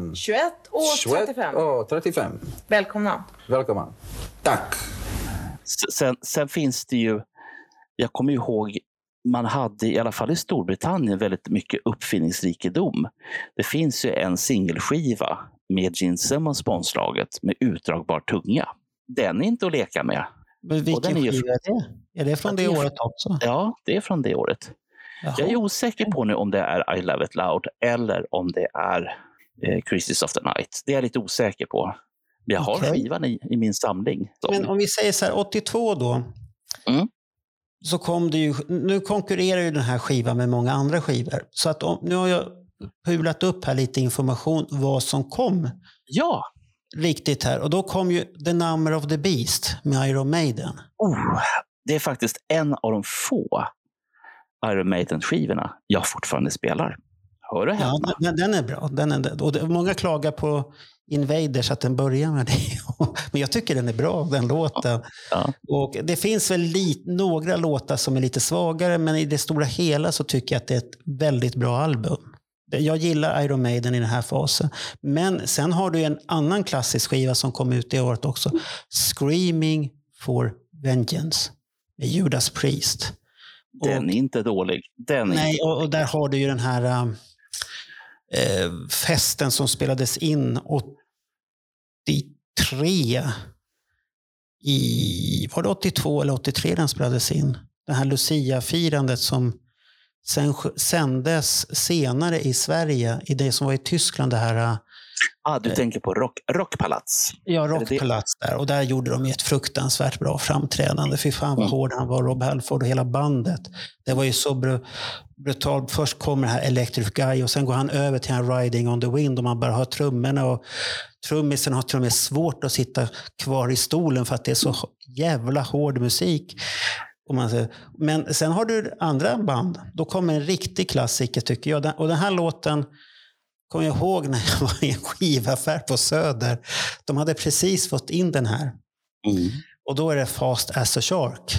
21:35. Välkomna. Tack. Sen finns det ju, jag kommer ihåg, man hade i alla fall i Storbritannien väldigt mycket uppfinningsrikedom. Det finns ju en singelskiva med Gene Simmons på omslaget med utdragbar tunga. Den är inte att leka med. Men vilken skiva är det? Är det från det året också? Ja, det är från det året. Jaha. Jag är osäker på nu om det är I Love It Loud eller om det är Creatures of the Night. Det är jag lite osäker på. Men jag har skivan i min samling. Men om vi säger så här, 82 då. Så kom det ju, nu konkurrerar ju den här skivan med många andra skivor. Så att nu har jag pulat upp här lite information vad som kom. Ja. Riktigt här. Och då kom ju The Number of the Beast med Iron Maiden. Det är faktiskt en av de få Iron Maiden-skivorna jag fortfarande spelar. Hör du hemma? Ja, den är bra. Och många klagar på Invaders att den börjar med det. Men jag tycker den är bra, den låten. Ja. Och det finns väl några låtar som är lite svagare, men i det stora hela så tycker jag att det är ett väldigt bra album. Jag gillar Iron Maiden i den här fasen. Men sen har du en annan klassisk skiva som kom ut i året också. Screaming for Vengeance med Judas Priest. Den är inte dålig. Och där har du ju den här festen som spelades in 83 var det 82 eller 83 den spelades in? Det här Lucia-firandet som sen sändes senare i Sverige i det som var i Tyskland, det här du tänker på Rockpalats. Ja, Rockpalats där. Och där gjorde de ett fruktansvärt bra framträdande. Fy fan vad hård han var, Rob Halford och hela bandet. Det var ju så brutalt. Först kommer det här Electric Guy och sen går han över till en Riding on the Wind och man bara hör trummorna och trummisen har till och med svårt att sitta kvar i stolen för att det är så jävla hård musik. Men sen har du andra band. Då kommer en riktig klassiker tycker jag. Och den här låten kommer jag ihåg när jag var i en skivaffär på Söder. De hade precis fått in den här. Och då är det Fast as a Shark.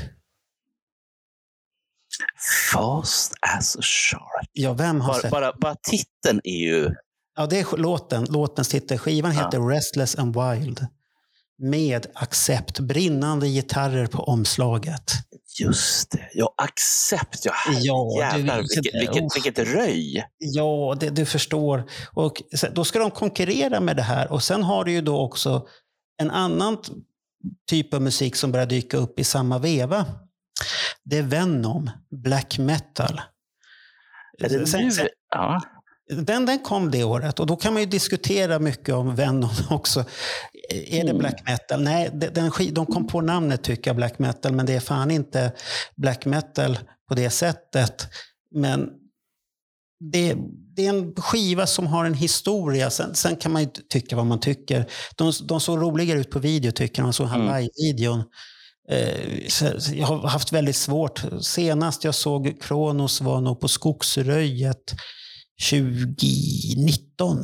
Fast as a Shark. Ja, vem har sett? Bara titeln är ju... Ja, det är låtens titel. Skivan heter Restless and Wild. Med Accept, brinnande gitarrer på omslaget. Just det. Ja, Accept. Jävlar, vilket röj. Ja, du förstår. Och då ska de konkurrera med det här. Och sen har du ju då också en annan typ av musik som börjar dyka upp i samma veva. Det är Venom, black metal. Den kom det året och då kan man ju diskutera mycket om Venom också. Är det black metal? Nej, de kom på namnet tycker jag, black metal, men det är fan inte black metal på det sättet. Men det är en skiva som har en historia. Sen kan man ju tycka vad man tycker. De såg roligare ut på video tycker man, såg live-videon. Jag har haft väldigt svårt. Senast jag såg Kronos var nog på Skogsröjet 2019.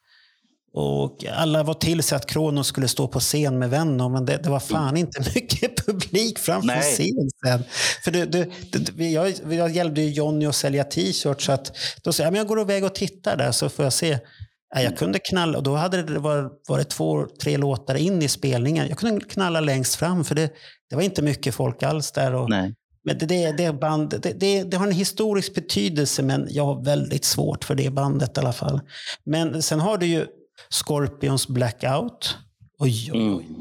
Och alla var till sig att Kronos skulle stå på scen med Venom, men det var fan inte mycket publik framför scen sen. För jag hjälpte ju Johnny att sälja t-shirts, så att då sa jag går iväg och tittar där så får jag se. Jag kunde knalla, och då hade det varit 2-3 låtar in i spelningen. Jag kunde knalla längst fram, för det var inte mycket folk alls där. Och, men det har en historisk betydelse, men jag har väldigt svårt för det bandet i alla fall. Men sen har du ju Scorpions Blackout. Oj.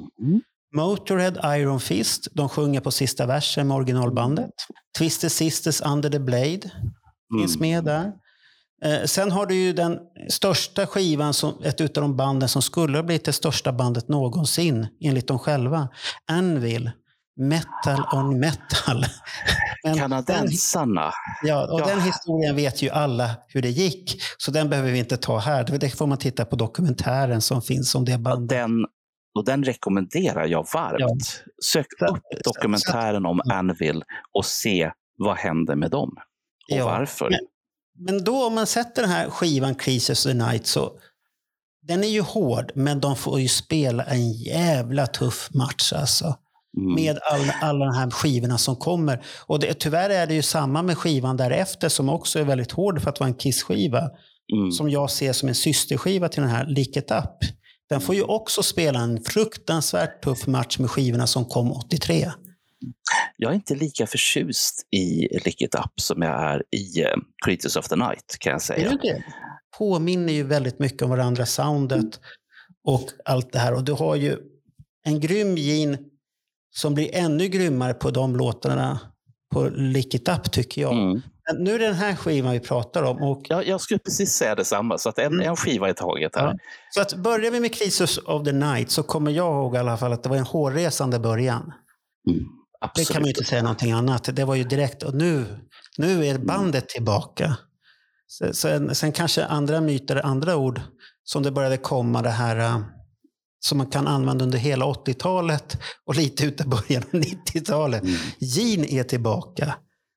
Motorhead Iron Fist. De sjunger på sista versen med originalbandet. Twisted Sisters Under the Blade finns med där. Sen har du ju den största skivan, ett utav de banden som skulle ha blivit det största bandet någonsin enligt dem själva. Anvil. Metal on metal. Kanadensarna. Den historien vet ju alla hur det gick. Så den behöver vi inte ta här. Det får man titta på dokumentären som finns om det bandet. Och den rekommenderar jag varmt. Sök upp dokumentären om Anvil och se vad händer med dem. Och varför. Men då om man sätter den här skivan Creatures of the Night, så den är ju hård, men de får ju spela en jävla tuff match alltså. Med alla de här skivorna som kommer. Och tyvärr är det ju samma med skivan därefter som också är väldigt hård för att vara en Kiss-skiva. Som jag ser som en systerskiva till den här Lick It Up. Den får ju också spela en fruktansvärt tuff match med skivorna som kom 83. Jag är inte lika förtjust i Lick It Up som jag är i Creatures of the Night, kan jag säga. Är du det? Påminner ju väldigt mycket om varandra, soundet och allt det här. Och du har ju en grym Gene som blir ännu grymmare på de låtarna på Lick It Up tycker jag. Men nu är det den här skivan vi pratar om. Och jag skulle precis säga detsamma, så att en skiva i taget här. Ja. Så att börjar vi med Creatures of the Night, så kommer jag ihåg i alla fall att det var en hårresande början. Det kan man ju inte säga någonting annat. Det var ju direkt, och nu är bandet tillbaka. Sen kanske andra myter, andra ord som det började komma, det här som man kan använda under hela 80-talet och lite ut i början av 90-talet. Gene är tillbaka.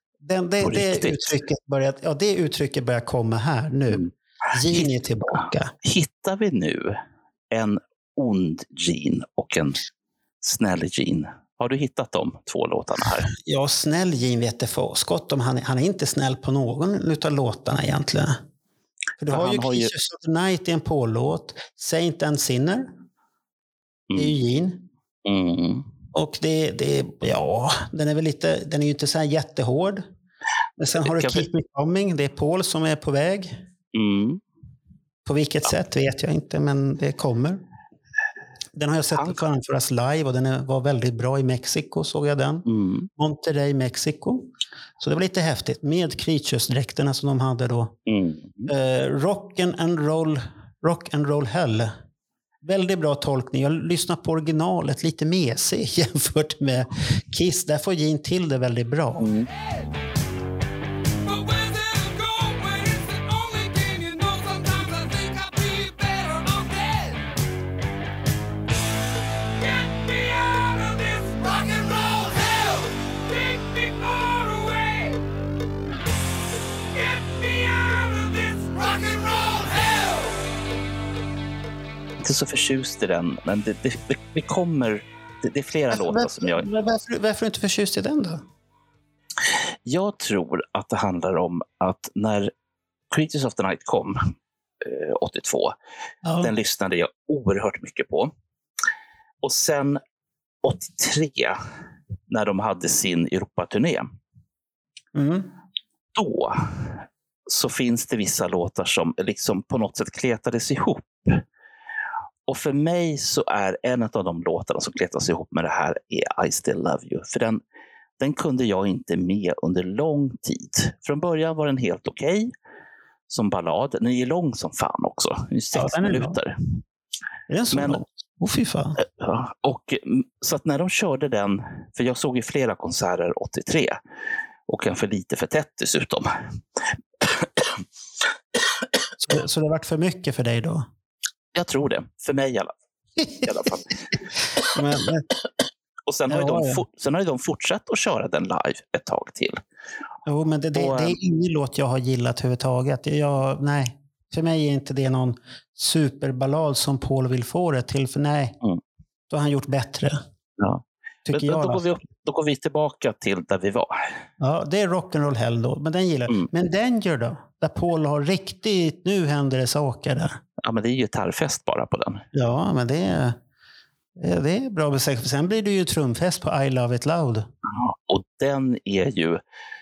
Det uttrycket börjar komma här nu. Gene är tillbaka. Hittar vi nu en ond Gene och en snäll Gene? Har du hittat de 2 låtarna här? Ja, snäll Gene vet det för skott om. Han är inte snäll på någon av låtarna egentligen. För du har ju Creatures of the Night i en Paul-låt. Saint and Sinner. Det är ju Gene. Och den är väl lite, den är ju inte så här jättehård. Men sen har du Keep Me Coming. Det är Paul som är på väg. På vilket sätt vet jag inte, men det kommer. Den har jag sett framföras live och den var väldigt bra i Mexiko, såg jag den. Monterrey, Mexiko. Så det var lite häftigt med Creatures-dräkterna som de hade då. Rock and roll Hell. Väldigt bra tolkning. Jag lyssnar på originalet, lite mesig jämfört med Kiss. Där får Gene till det väldigt bra. Inte så förtjust i den, men det kommer, det är flera låtar som jag... Varför är du inte förtjust i den då? Jag tror att det handlar om att när Creatures of the Night kom 82, den lyssnade jag oerhört mycket på. Och sen 83, när de hade sin Europaturné, då så finns det vissa låtar som liksom på något sätt kletades ihop. Och för mig så är en av de låtarna som kletas ihop med det här är I Still Love You. För den kunde jag inte med under lång tid. Från början var den helt okej. som ballad. Den är ju lång som fan också. Det är 6 minuter. Är den så lång? Fy fan. Och så att när de körde den, för jag såg ju flera konserter 83 och kanske lite för tätt dessutom. Så det har varit för mycket för dig då? Jag tror det, för mig i alla fall. Och sen har de fortsatt att köra den live ett tag till. Jo, men det är ingen låt jag har gillat överhuvudtaget. Nej. För mig är inte det någon superballad som Paul vill få det till. För då har han gjort bättre. Ja. Då går vi tillbaka till där vi var. Ja, det är Rock'n'Roll Hell då. Men den gillar jag. Men Danger då? Där Paul har riktigt, nu händer det saker där. Ja, men det är ju gitarrfest bara på den. Ja, men det är bra besäkert. Sen blir det ju trumfest på I Love It Loud. Ja, och den är ju...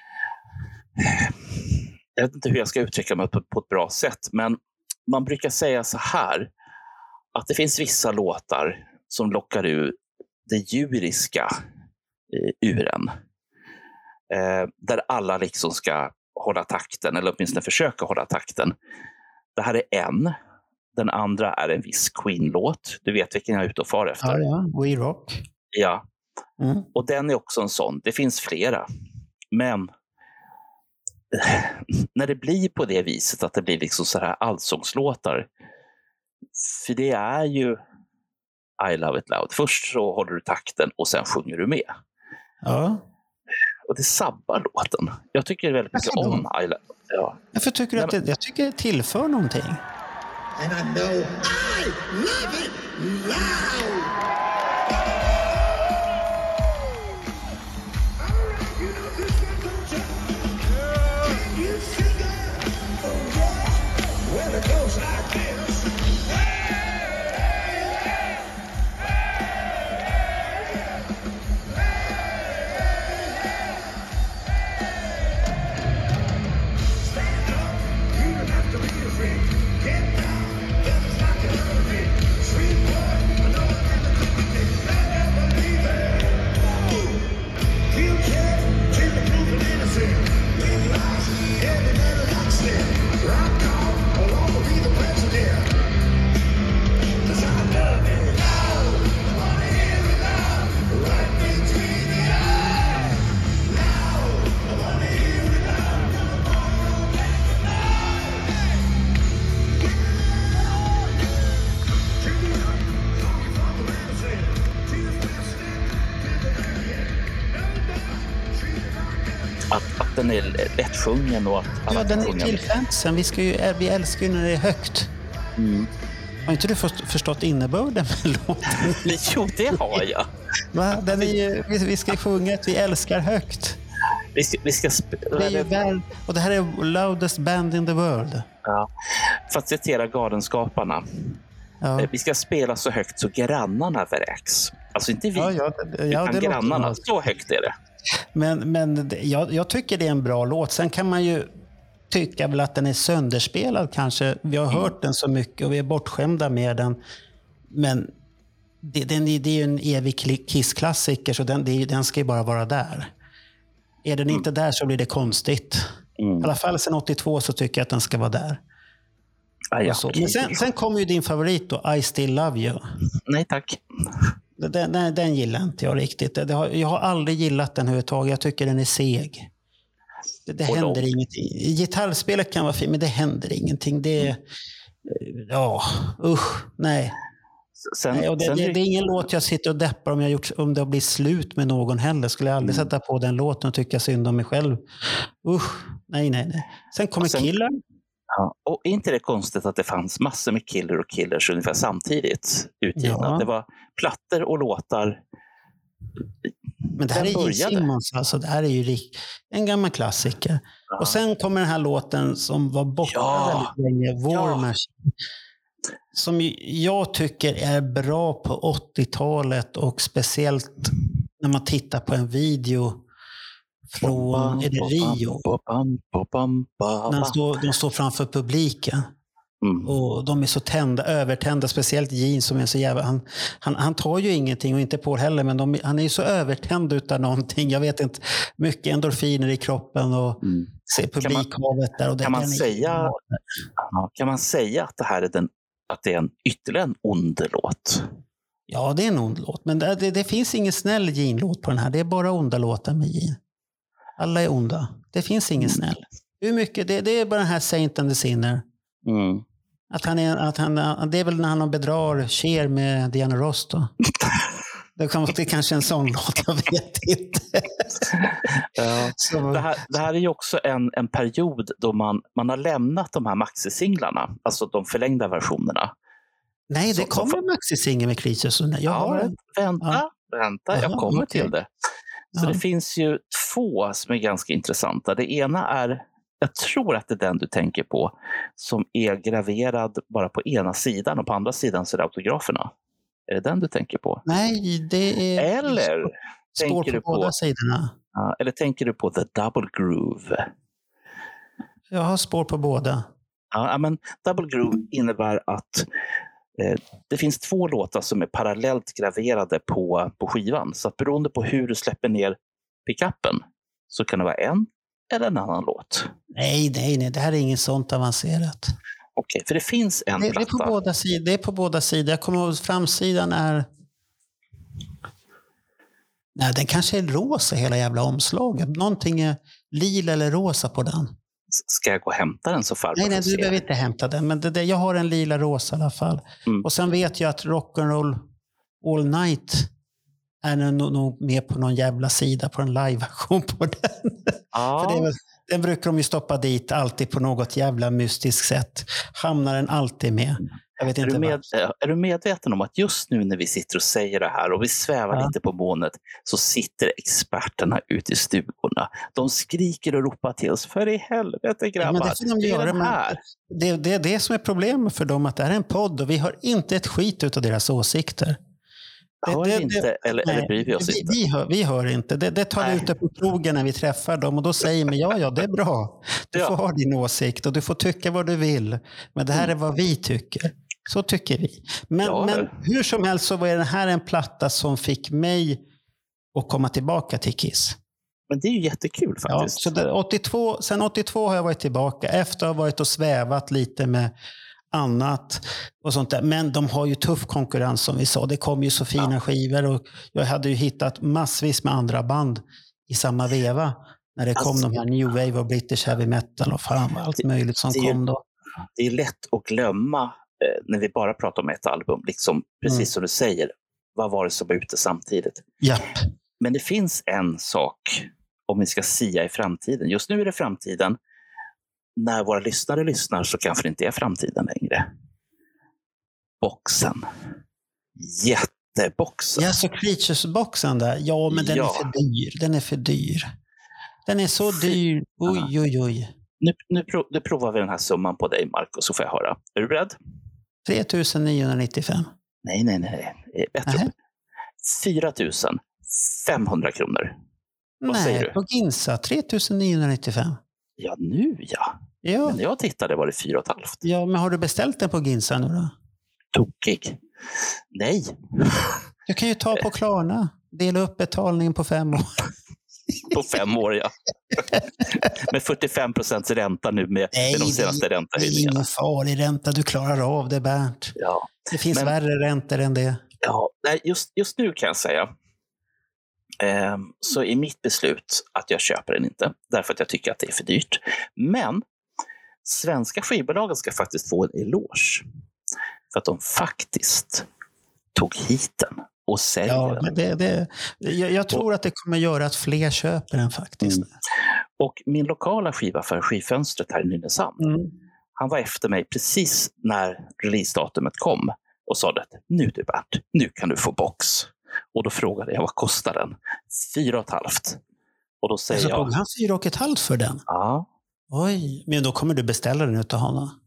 Jag vet inte hur jag ska uttrycka mig på ett bra sätt, men man brukar säga så här att det finns vissa låtar som lockar ur det djuriska ur en. Där alla liksom ska hålla takten, eller åtminstone försöka hålla takten. Det här är en. Den andra är en viss Queen-låt. Du vet vilken jag är ute och far efter. Ja. We Rock. Ja. Och den är också en sån. Det finns flera. Men när det blir på det viset att det blir liksom så här allsångslåtar, för det är ju I Love It Loud. Först så håller du takten och sen sjunger du med. Ja. Och det sabbar låten. Jag tycker väldigt mycket om I Love It. Ja. Varför tycker du att jag tycker det tillför någonting? And I know I love it loud. Att den är lättsjungen och att alla den är till fansen. Vi älskar ju när det är högt. Har inte du förstått innebörden med låten? Jo, det har jag. Den är ju, vi ska sjunga att vi älskar högt. Vi ska och det här är loudest band in the world. Ja. För att citera Galenskaparna. Ja. Vi ska spela så högt så grannarna vräks. Alltså inte vi, utan grannarna. Så högt är det. Men jag tycker det är en bra låt. Sen kan man ju tycka väl att den är sönderspelad kanske. Vi har hört den så mycket och vi är bortskämda med den. Men det är ju en evig Kiss-klassiker, så den ska ju bara vara där. Är den inte där så blir det konstigt. I alla fall sen 82 så tycker jag att den ska vara där. Ja. Men sen kommer ju din favorit då, I Still Love You. Nej tack. Den gillar inte jag riktigt. Jag har aldrig gillat den överhuvudtaget. Jag tycker den är seg. Det händer ingenting. Gitarrspelet kan vara fint, men det händer ingenting. Det är... nej. Det är ingen låt jag sitter och deppar om det blir slut med någon heller. Skulle jag aldrig sätta på den låten och tycka synd om mig själv. Nej. Sen kommer Killer. Ja, och är inte det konstigt att det fanns massor med Killer och Killers ungefär samtidigt utgivna? Ja. Det var plattor och låtar. Men det här är ju Simmons, alltså det här är ju en gammal klassiker. Ja. Och sen kommer den här låten som var borta väldigt länge, War Machine. Som jag tycker är bra på 80-talet och speciellt när man tittar på en video från Rio. De står framför publiken. Och de är så övertända, speciellt Gene som är så jävla... Han tar ju ingenting och inte Paul heller, men han är ju så övertänd utan någonting. Jag vet inte, mycket endorfiner i kroppen och Se publikhavet där. Och kan man säga att det här är ytterligare en ond låt? Ja, det är en ond låt. Men det finns ingen snäll Gene-låt på den här. Det är bara onda låtar med Gene. Alla är onda. Det finns ingen snäll. Hur mycket? Det är bara den här Saint and the Sinner. Mm. Det är väl när han bedrar Cher med Diana Ross då. Det är kanske en sån låt, jag vet inte. Det här är ju också en period då man har lämnat de här maxi-singlarna, alltså de förlängda versionerna. Nej, det kommer maxi-singel med Creatures. Vänta, jag kommer till det. Så det finns ju 2 som är ganska intressanta. Det ena är, jag tror att det är den du tänker på, som är graverad bara på ena sidan och på andra sidan så är det autograferna. Är det den du tänker på? Nej, det är eller spår på båda sidorna. Eller tänker du på The Double Groove? Jag har spår på båda. Ja, men Double Groove innebär att det finns 2 låtar som är parallellt graverade på skivan. Så att beroende på hur du släpper ner pickuppen så kan det vara en eller en annan låt. Nej. Det här är inget sånt avancerat. Okej, för det finns en platta. Det är på båda sidor. Jag kommer ihåg att framsidan är... Nej, den kanske är rosa hela jävla omslaget. Någonting är lila eller rosa på den. Ska jag gå och hämta den så fall? Nej, du behöver inte hämta den. Men jag har en lila rosa i alla fall. Mm. Och sen vet jag att Rock'n'Roll All Night är nog med på någon jävla sida på en live-version på den. Ja. För den brukar de ju stoppa dit alltid på något jävla mystiskt sätt. Hamnar den alltid med. Jag vet inte är du medveten om att just nu när vi sitter och säger det här och vi svävar lite på molnet så sitter experterna ute i stugorna. De skriker och ropar till oss, för i helvete grabbar. Men det får de göra, det är det som är problemet för dem, att det här är en podd och vi har inte ett skit ut av deras åsikter. Eller bryr vi oss inte? Vi hör inte. Det tar ute på krogen när vi träffar dem och då säger man ja, det är bra. Du får ha din åsikt och du får tycka vad du vill. Men det här är vad vi tycker. Så tycker vi. Men hur som helst så var det här en platta som fick mig att komma tillbaka till Kiss. Men det är ju jättekul faktiskt. Ja, så sen 82 har jag varit tillbaka. Efter att ha varit och svävat lite med annat och sånt där. Men de har ju tuff konkurrens som vi sa. Det kom ju så fina skivor och jag hade ju hittat massvis med andra band i samma veva när det kom de här New Wave och British Heavy Metal och fan allt möjligt som kom då. Det är lätt att glömma när vi bara pratar om ett album, liksom precis som du säger, vad var det som var ute samtidigt? Japp. Men det finns en sak om vi ska sia i framtiden. Just nu är det framtiden. När våra lyssnare lyssnar så kanske det inte är framtiden längre. Boxen. Jätteboxen. Ja, så Creatures-boxen där. Ja, men den är för dyr. Den är för dyr. Den är så dyr. Oj. Nu provar vi den här summan på dig, Marcus, så får jag höra. Är du beredd? 3 995. Nej. Bättre upp. 4 500 kronor. Vad säger du? På Ginsa. 3 995. Ja, nu ja. Men när jag tittade var det 4 500. Ja, men har du beställt den på Ginsa nu då? Tokig. Nej. Du kan ju ta på Klarna. Dela upp betalningen på 5 år. På 5 år, ja. Med 45% ränta nu med de senaste räntehöjningarna. Ingen farlig ränta, du klarar av det, Bernt. Ja. Det finns värre räntor än det. Ja, just nu kan jag säga så är mitt beslut att jag köper den inte. Därför att jag tycker att det är för dyrt. Men svenska skivbolagen ska faktiskt få en eloge. För att de faktiskt tog hit den och säljer den. Jag tror att det kommer göra att fler köper den faktiskt. Och min lokala skiva för Skivfönstret här i Nynäshamn, han var efter mig precis när releasedatumet kom och sa att nu du Bert, nu kan du få box. Och då frågade jag, vad kostar den? 4 500. Och då säger jag... han 4 500 för den? Ja. Oj, men då kommer du beställa den utav honom?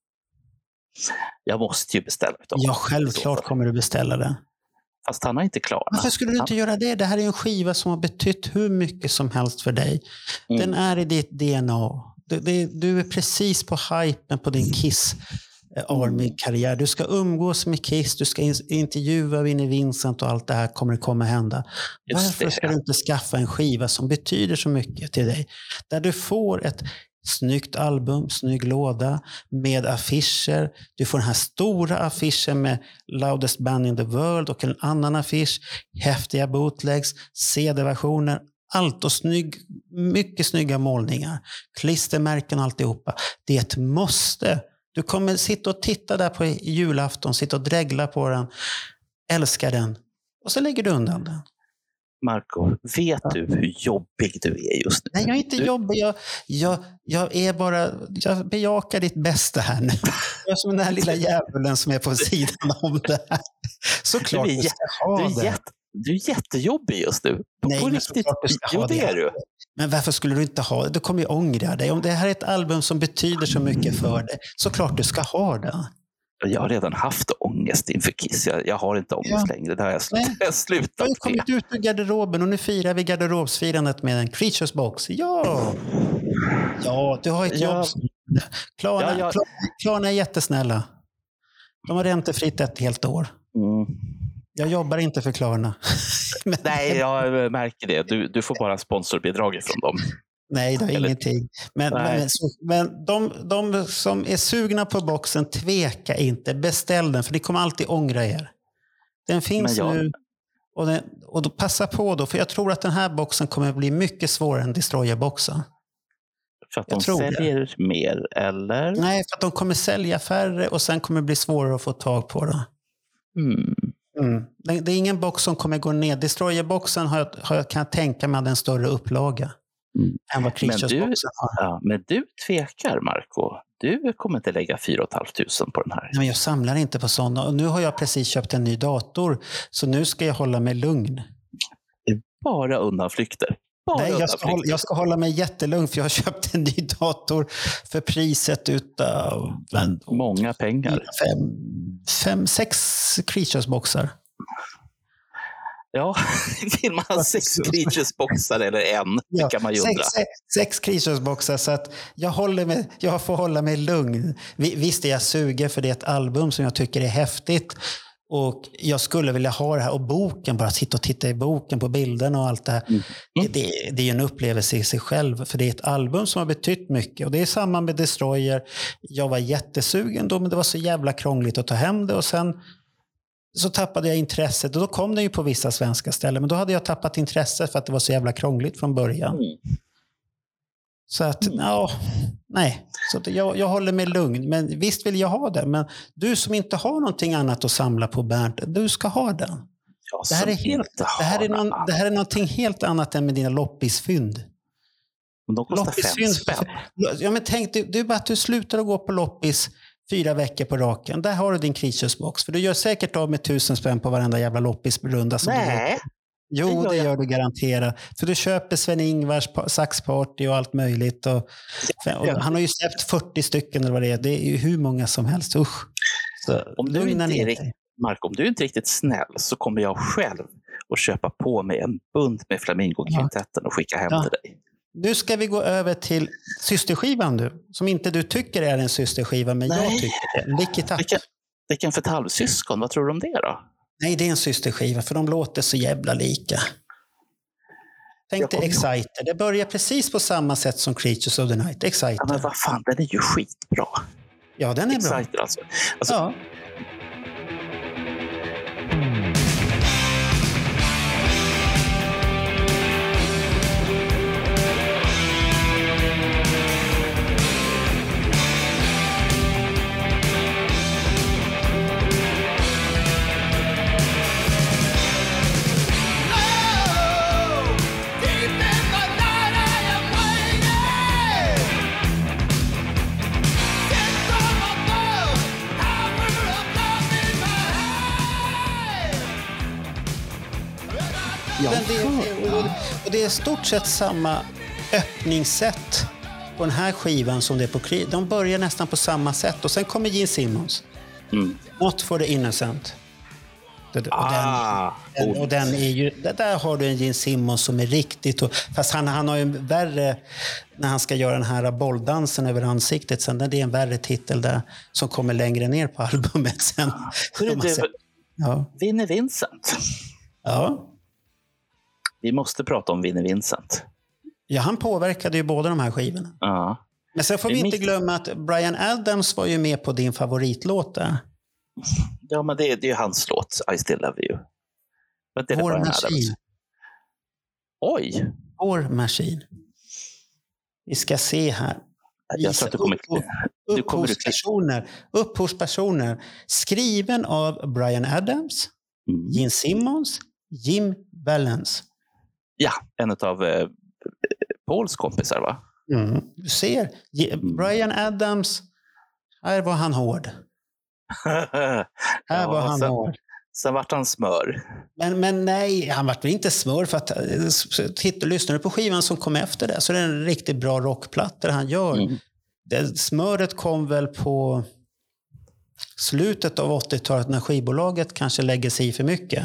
Jag måste ju beställa utav honom. Ja, självklart kommer du beställa den. Fast han har inte klarat. Varför skulle du inte göra det? Det här är en skiva som har betytt hur mycket som helst för dig. Den är i ditt DNA. Du är precis på hypen på din Kiss. Army-karriär. Du ska umgås med Kiss, du ska intervjua Vinnie Vincent och allt det här kommer att komma hända. Varför ska du inte skaffa en skiva som betyder så mycket till dig? Där du får ett snyggt album, snygg låda med affischer. Du får den här stora affischen med Loudest Band in the World och en annan affisch, häftiga bootlegs, CD-versioner, allt och mycket snygga målningar, klistermärken och alltihopa. Det är ett måste. Du kommer sitta och titta där på julafton, sitta och dregla på den, älska den och så lägger du undan den. Marco, vet du hur jobbig du är just nu? Nej, jag är inte jobbig. Jag är bara... Jag bejakar ditt bästa här nu. Jag är som den här lilla djävulen som är på sidan om det här. Såklart du ska ha det. Du är jättejobbig just nu. Nej, men såklart du ska ha det. Är du. Men varför skulle du inte ha det? Du kommer ju ångra dig. Om det här är ett album som betyder så mycket för dig, såklart du ska ha det. Jag har redan haft ångest inför Kiss. Jag har inte ångest längre. Det har jag slutat. Jag har kommit ut ur garderoben och nu firar vi garderobsfirandet med en Creatures box. Ja, du har ett jobb. Klarna är jättesnälla. De har räntefritt ett helt år. Jag jobbar inte för Klarna. Nej, jag märker det. Du får bara sponsorbidrag från dem. Nej, det är ingenting. Men de som är sugna på boxen, tveka inte. Beställ den, för det kommer alltid ångra er. Den finns nu. Och då passa på då, för jag tror att den här boxen kommer bli mycket svårare än Destroyer-boxen. För att de säljer mer, eller? Nej, för att de kommer sälja färre och sen kommer det bli svårare att få tag på det. Det är ingen box som kommer gå ner. Destroyer-boxen kan jag tänka mig hade en större upplaga. Än vad Creatures-boxen har. Ja, men du tvekar, Marco. Du kommer inte lägga 4 500 på den här. Nej, men jag samlar inte på sådana. Och nu har jag precis köpt en ny dator. Så nu ska jag hålla mig lugn. Det är bara undanflykter. Nej, jag ska hålla mig jättelugn, för jag har köpt en ny dator för priset utav... Många pengar. 5-6 Creatures-boxar. Ja, vill man ha 6 Creatures-boxar eller en? Det kan man ju undra. 6 Creatures-boxar, så att jag får hålla mig lugn. Visst är jag sugen, för det är ett album som jag tycker är häftigt. Och jag skulle vilja ha det här. Och boken, bara sitta och titta i boken på bilderna och allt det här. Det är en upplevelse i sig själv. För det är ett album som har betytt mycket. Och det är samma med Destroyer. Jag var jättesugen då, men det var så jävla krångligt att ta hem det. Och sen så tappade jag intresset. Och då kom det ju på vissa svenska ställen. Men då hade jag tappat intresset för att det var så jävla krångligt från början. Så att, nej. Så att jag håller mig lugn. Men visst vill jag ha det. Men du som inte har någonting annat att samla på, Bernt, du ska ha den. Det här är någonting helt annat än med dina loppisfynd. De kostar 5 spänn. Ja, men tänk, det är bara att du slutar att gå på loppis 4 veckor på raken. Där har du din Creatures box. För du gör säkert av med 1000 spänn på varenda jävla loppisrunda som du gör. Jo, det gör du garanterat. För du köper Sven-Ingvars saxparty och allt möjligt. Och han har ju släppt 40 stycken eller vad det är. Det är ju hur många som helst. Usch. Så, om du inte är riktigt snäll, så kommer jag själv att köpa på mig en bunt med Flamingo-kvintetten och skicka hem till dig. Nu ska vi gå över till systerskivan du. Som inte du tycker är en systerskiva, men jag tycker det. Vilken för ett halvsyskon? Vad tror du om det då? Nej, det är en systerskiva, för de låter så jävla lika. Tänk dig Exciter. Det börjar precis på samma sätt som Creatures of the Night. Exciter. Ja, men vad fan, den är ju skitbra. Ja, den är Exciter, bra. Alltså, ja. Och det är stort sett samma öppningssätt på den här skivan som det är på Creed. De börjar nästan på samma sätt. Och sen kommer Gene Simmons. Not for the innocent. Och den är ju, där har du en Gene Simmons som är riktigt, fast han har ju en värre, när han ska göra den här bolldansen över ansiktet sen, det är en värre titel där som kommer längre ner på albumet sen. Vinnie Vincent. Ja. Vi måste prata om Vinnie Vincent. Ja, han påverkade ju båda de här skivorna. Ja. Men sen får vi inte glömma att Bryan Adams var ju med på din favoritlåt där. Ja, men det är ju hans låt, I Still Love You. Men det är War Machine. Oj! War Machine. Vi ska se här. Jag tror att upphovspersoner. Skriven av Bryan Adams, Gene Simmons, Jim Vallance. Ja, en av Pauls kompisar, va? Du ser, Bryan Adams, här var han hård. Här var han hård. Sen vart han smör. Men nej, han vart väl inte smör, för att lyssnar du på skivan som kom efter det, så är det en riktigt bra rockplatta han gör. Smöret kom väl på slutet av 80-talet när skivbolaget kanske lägger sig i för mycket.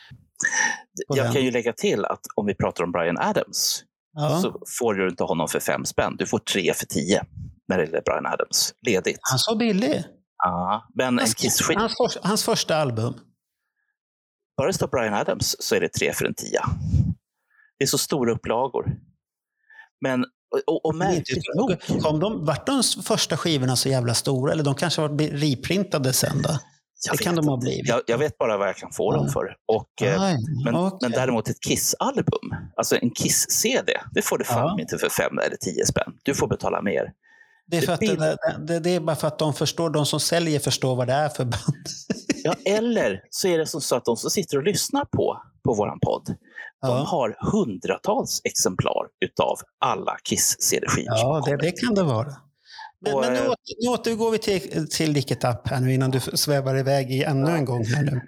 Jag kan ju lägga till att om vi pratar om Bryan Adams, så får du inte honom för 5 spänn. Du får 3 för 10 när det gäller Bryan Adams. Ledigt. Han så billig. Ja, men en Kiss-skiva. Hans första album. Bara det står Bryan Adams så är det 3 för en 10. Det är så stora upplagor. Men och märkligt nog. Vart de första skivorna så jävla stora? Eller de kanske var reprintade sen då? Det kan de ha blivit. Jag vet bara vad jag kan få dem för. Men däremot ett Kiss-album, alltså en Kiss-CD, det får du fan inte för 5 eller 10 spänn. Du får betala mer. Det är, för att det är bara för att de som säljer förstår vad det är för band. Ja, eller så är det som så att de som sitter och lyssnar på våran podd, de har hundratals exemplar utav alla Kiss-CD-skivor. Ja, det kan det vara. Men nu återgår vi till Lick It Up här nu, innan du svävar iväg i ännu en gång här nu.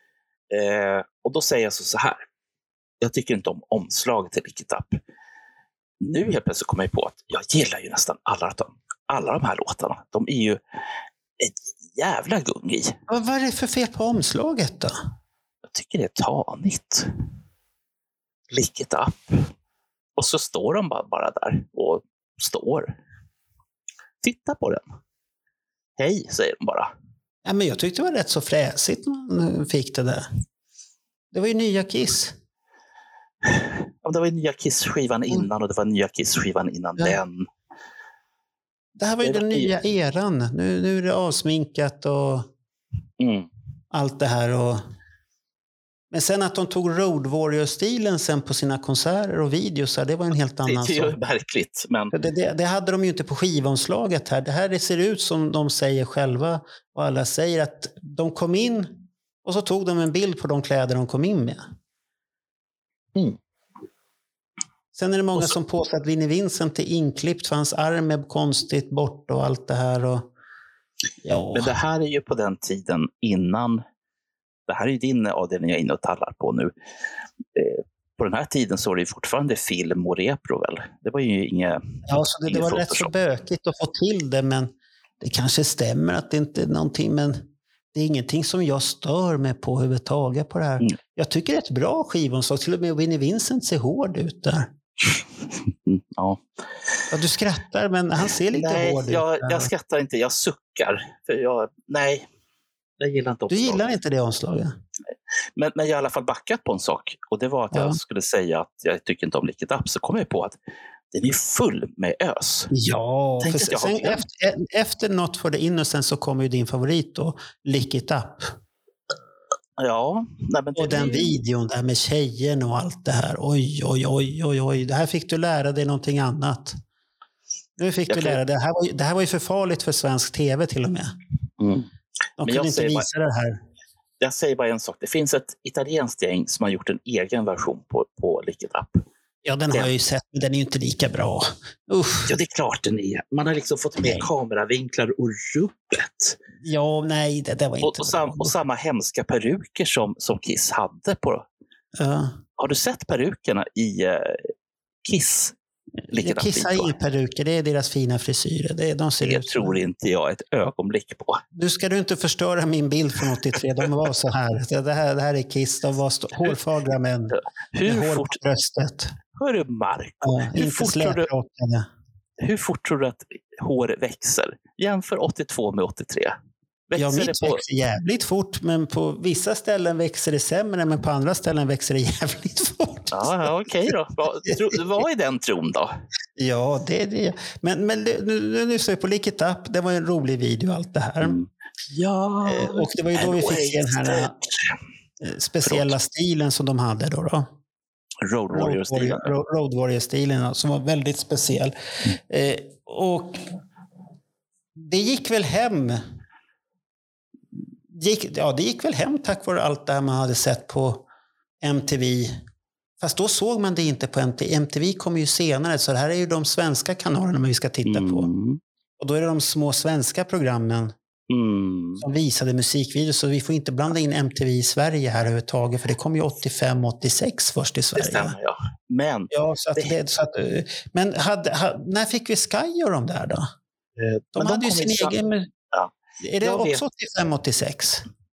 Och då säger jag så här. Jag tycker inte om omslaget till Lick It Up. Nu helt plötsligt kommer jag på att jag gillar ju nästan alla de här låtarna. De är ju ett jävla gung i. Vad är det för fel på omslaget då? Jag tycker det är tanigt. Lick It Up. Och så står de bara där och står. Titta på den. Hej, säger de bara. Ja, men jag tyckte det var rätt så fräsigt man fick det där. Det var ju nya Kiss. Ja, det var ju nya Kiss-skivan innan och det var nya Kiss-skivan innan den. Det här var ju den nya eran. Nu är det avsminkat och allt det här. Men sen att de tog Road Warrior-stilen sen på sina konserter och videos, det var en helt annan sak. Det är ju verkligt. Men... Det hade de ju inte på skivomslaget här. Det här ser ut som de säger själva, och alla säger att de kom in och så tog de en bild på de kläder de kom in med. Sen är det många som påstår att Vinnie Vincent är inklippt för hans arm är konstigt bort och allt det här. Men det här är ju på den tiden innan. Det här är ju din avdelning jag är inne och tallar på nu. På den här tiden så var det ju fortfarande film och repro väl? Det var ju inget... Ja, så det var rätt så bökigt att få till det, men det kanske stämmer att det inte är någonting, men det är ingenting som jag stör mig på överhuvudtaget på det här. Jag tycker det är ett bra skivomslag, till och med Vinnie Vincent ser hård ut där. Ja, du skrattar, men han ser lite hård ut. Jag skrattar inte, jag suckar. För jag gillar inte omslaget. Du gillar inte det omslaget? Men jag har i alla fall backat på en sak. Och det var att jag skulle säga att jag tycker inte om Lick It Up. Så kom jag på att den är full med ös. Ja, för sen efter Not for the Innocent så kommer ju din favorit då, Lick It Up. Ja. Och den videon där med tjejen och allt det här. Oj. Det här fick du lära dig någonting annat. Nu fick du lära dig. Det här var ju för farligt för svensk tv till och med. De kunde inte visa det här. Jag säger bara en sak. Det finns ett italienskt gäng som har gjort en egen version på Lick It Up. Ja, den har jag ju sett, men den är ju inte lika bra. Uff. Ja, det är klart den är. Man har liksom fått med kameravinklar och rubbet. Ja, nej, det var inte bra. Och samma hemska peruker som Kiss hade på. Har du sett perukerna i Kiss Kissa i peruker, det är deras fina frisyrer. Det tror inte jag ett ögonblick på. Du ska du inte förstöra min bild från 83. De var så här. Det här är Kiss. De var hårfagra män. Hur fort bröstet? Hörru Marco, hur fort tror du att hår växer? Jämför 82 med 83. Mitt växer jävligt fort, men på vissa ställen växer det sämre, men på andra ställen växer det jävligt fort. Ja, okej då. Vad är den tron då? Ja, det är det. Men nu ser vi på Lick It Up. Det var en rolig video, allt det här. Ja. Och det var ju då vi fick se den här speciella stilen som de hade då. Road Warrior-stilen som var väldigt speciell. Och det gick väl hem. Det gick väl hem tack vare allt det här man hade sett på MTV. Fast då såg man det inte på MTV. MTV kom ju senare, så det här är ju de svenska kanalerna vi ska titta på. Och då är det de små svenska programmen som visade musikvideos, så vi får inte blanda in MTV i Sverige här överhuvudtaget, för det kom ju 85-86 först i Sverige. Det stämmer, ja. Men, men när fick vi Sky och de där då? De hade ju sin egen... Ja. Är det också 85-86?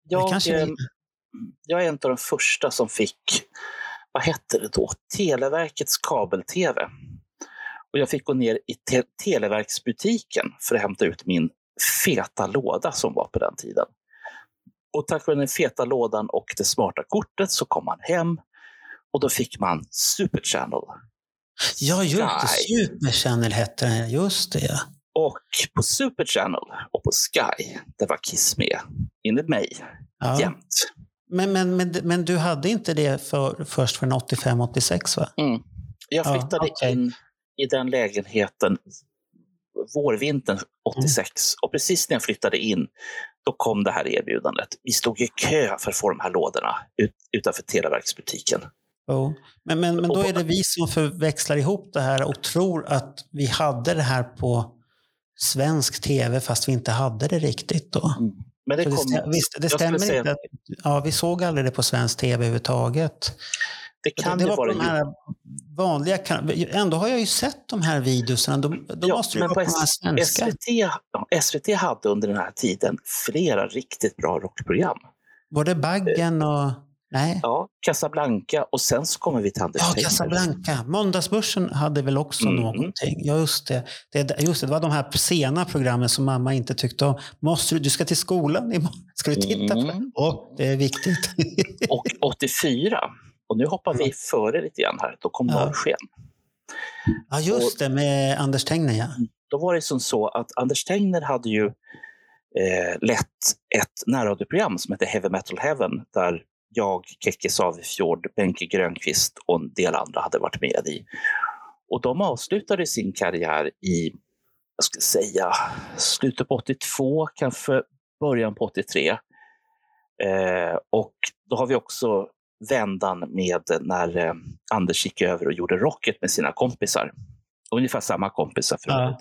Jag är en av de första som fick, vad hette det då? Televerkets kabel-tv. Och jag fick gå ner i Televerksbutiken för att hämta ut min feta låda som var på den tiden. Och tack vare den feta lådan och det smarta kortet så kom man hem och då fick man Super Channel. Ja, just det. Super Channel hette den, just det. Och på Super Channel och på Sky, det var Kiss med, enligt mig, jämt. Men du hade inte det först från 85-86, va? Jag flyttade in i den lägenheten vårvintern 86. Och precis när jag flyttade in, då kom det här erbjudandet. Vi stod i kö för att få de här lådorna utanför Televerksbutiken. Men då är det vi som förväxlar ihop det här och tror att vi hade det här på svensk tv fast vi inte hade det riktigt då. Men det stämmer inte. Vi såg aldrig det på svensk tv överhuvudtaget. Det var de här vanliga. Ändå har jag ju sett de här videorna. De måste ju vara på den här svenska. SVT hade under den här tiden flera riktigt bra rockprogram. Var det Baggen och... Nej. Ja, Casablanca, och sen så kommer vi till Anders Tegnér. Ja, Casablanca. Måndagsbörsen hade väl också någonting. Ja, just det. Det var de här sena programmen som mamma inte tyckte om. Du ska till skolan imorgon. Ska du titta på det? Det är viktigt. Och 84, och nu hoppar vi före lite grann här, då kom Norrsken. Ja, just det, med Anders Tegnér. Ja. Då var det som så att Anders Tegnér hade ju lett ett närradioprogram som heter Heavy Metal Heaven, där jag, Keke Savifjord, Benke Grönqvist och en del andra hade varit med i. Och de avslutade sin karriär i, jag ska säga, slutet på 82, kanske början på 83. Och då har vi också vändan med när Anders gick över och gjorde Rocket med sina kompisar. Ungefär samma kompisar förut.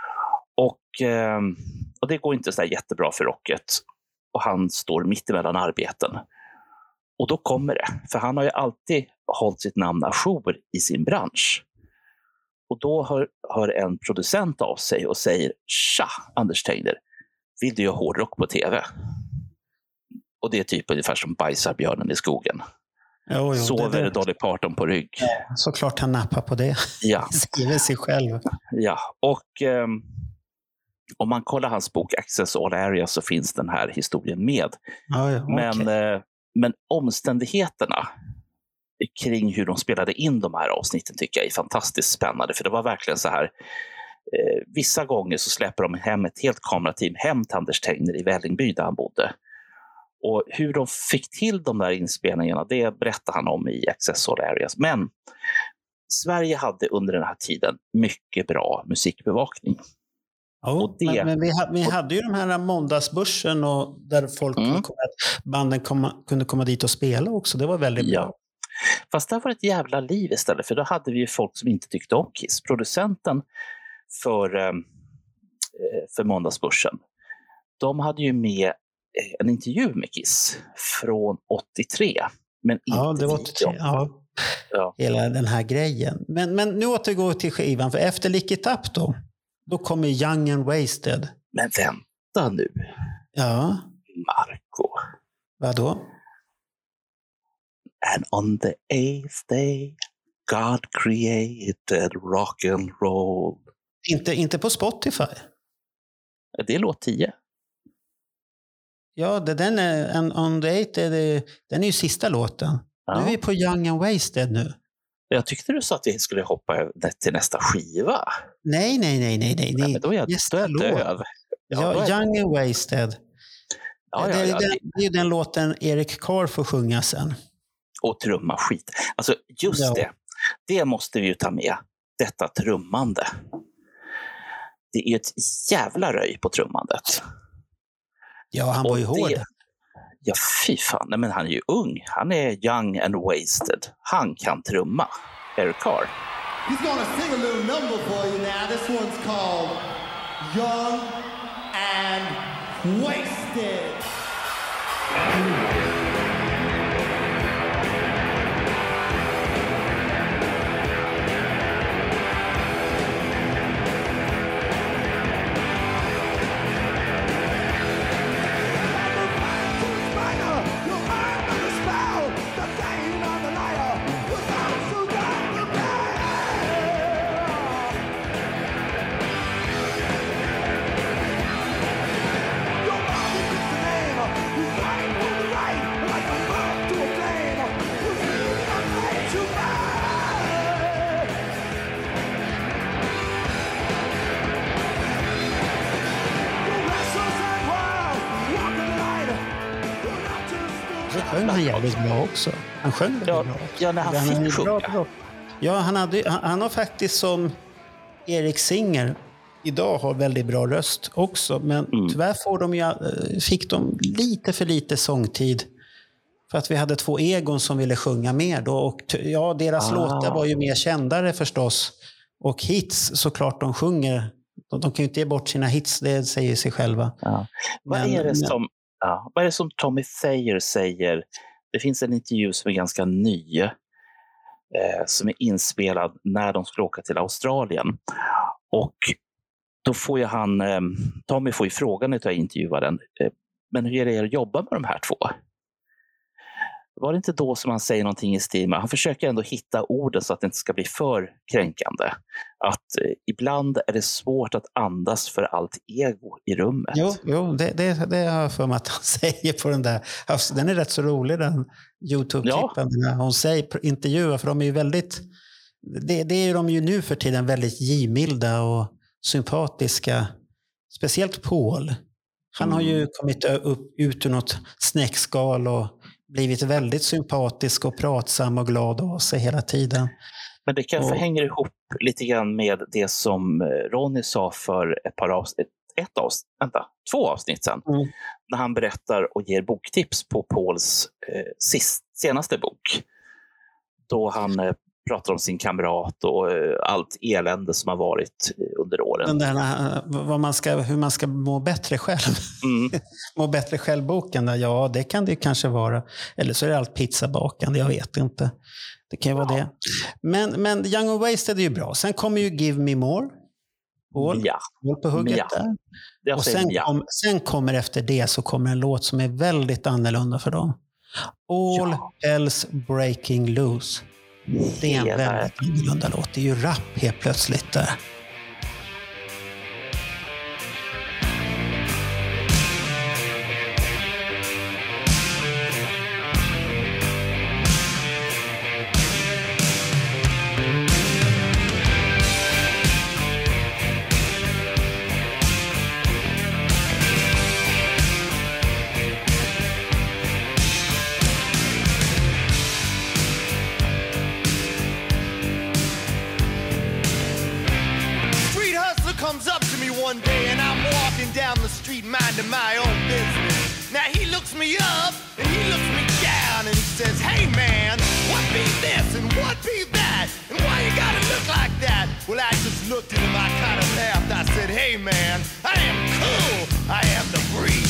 Och det går inte så där jättebra för Rocket. Och han står mitt emellan arbeten. Och då kommer det. För han har ju alltid hållit sitt namn ajour i sin bransch. Och då hör en producent av sig och säger: "Tja, Anders Tegnér, vill du göra hårdrock på tv?" Och det är typ ungefär som bajsar björnen i skogen. Sover Dolly Parton på rygg. Såklart han nappar på det. Ja. Skriver sig själv. Ja, och om man kollar hans bok Access All Areas så finns den här historien med. Men omständigheterna kring hur de spelade in de här avsnitten tycker jag är fantastiskt spännande. För det var verkligen så här, vissa gånger så släpper de hem ett helt kamerateam hem till Anders Tegnér i Vällingby där han bodde. Och hur de fick till de där inspelningarna, det berättar han om i Access All Areas. Men Sverige hade under den här tiden mycket bra musikbevakning. Men vi hade ju de här måndagsbörsen och där folk banden kunde komma dit och spela också. Det var väldigt bra. Fast det var ett jävla liv istället, för då hade vi ju folk som inte tyckte om Kiss. Producenten för måndagsbörsen, de hade ju med en intervju med Kiss från 83. Men inte det var 83. hela den här grejen. Men nu återgår till skivan, för efter Lick It Up då kommer Young and Wasted. Men vänta nu. Ja. Marco. Vadå? And on the 8th day God created rock and roll. Inte på Spotify. Det är låt 10. Ja, den är on the 8th, den är ju sista låten. Nu är vi på Young and Wasted nu. Jag tyckte du sa att vi skulle hoppa till nästa skiva. Nej. Men då är jag döv. Ja, Young and Wasted. Det är ju den låten Eric Carr får sjunga sen. Och trumma skit. Alltså just det måste vi ju ta med. Detta trummande. Det är ett jävla röj på trummandet. Ja, han var ju hård. Ja, fy fan. Nej, men han är ju ung. Han är young and wasted. Han kan trumma. Eric Carr. He's gonna sing a little number for you now. This one's called Young and Wasted. Sjöng han jävligt bra också. Han sjöng väldigt bra också. Ja, när han fick sjunga. Ja, han har faktiskt som Erik Singer idag har väldigt bra röst också. Men tyvärr fick de lite för lite sångtid. För att vi hade 2 egon som ville sjunga mer då. Och deras låtar var ju mer kändare förstås. Och hits såklart de sjunger. De kan ju inte ge bort sina hits, det säger sig själva. Ja. Vad är det som Tommy Thayer säger? Det finns en intervju som är ganska ny. Som är inspelad när de skulle åka till Australien. Och då får ju Tommy får ju frågan när jag intervjuar den. Men hur är det att jobba med de här 2? Var det inte då som han säger någonting i stil med, han försöker ändå hitta orden så att det inte ska bli för kränkande. Att ibland är det svårt att andas för allt ego i rummet. Jo, det har jag för mig att han säger på den där. Alltså, den är rätt så rolig, den YouTube-klippen. När hon säger intervjuer, för de är ju väldigt, det är de ju nu för tiden väldigt givmilda och sympatiska. Speciellt Paul. Han har ju kommit ut ur något snäckskal och blivit väldigt sympatisk och pratsam och glad av sig hela tiden. Men det kanske hänger ihop lite grann med det som Ronny sa för två avsnitt sedan. När han berättar och ger boktips på Pauls senaste bok. Då han pratar om sin kamrat och allt elände som har varit under åren. Den där, hur man ska må bättre själv. Må bättre själv-boken. Ja, det kan det kanske vara. Eller så är det allt pizzabakande, jag vet inte. Det kan ju vara det. Men Young and Wasted är ju bra. Sen kommer ju Give Me More. Håll på hugget där. Och sen kommer efter det så kommer en låt som är väldigt annorlunda för dem. All Hell's Breaking Loose. Det är en väldigt annorlunda låt. Det är ju rap helt plötsligt där. One day and I'm walking down the street minding my own business. Now he looks me up and he looks me down and he says, hey man, what be this and what be that? And why you gotta look like that? Well, I just looked at him, I kind of laughed. I said, hey man, I am cool, I am the breeze.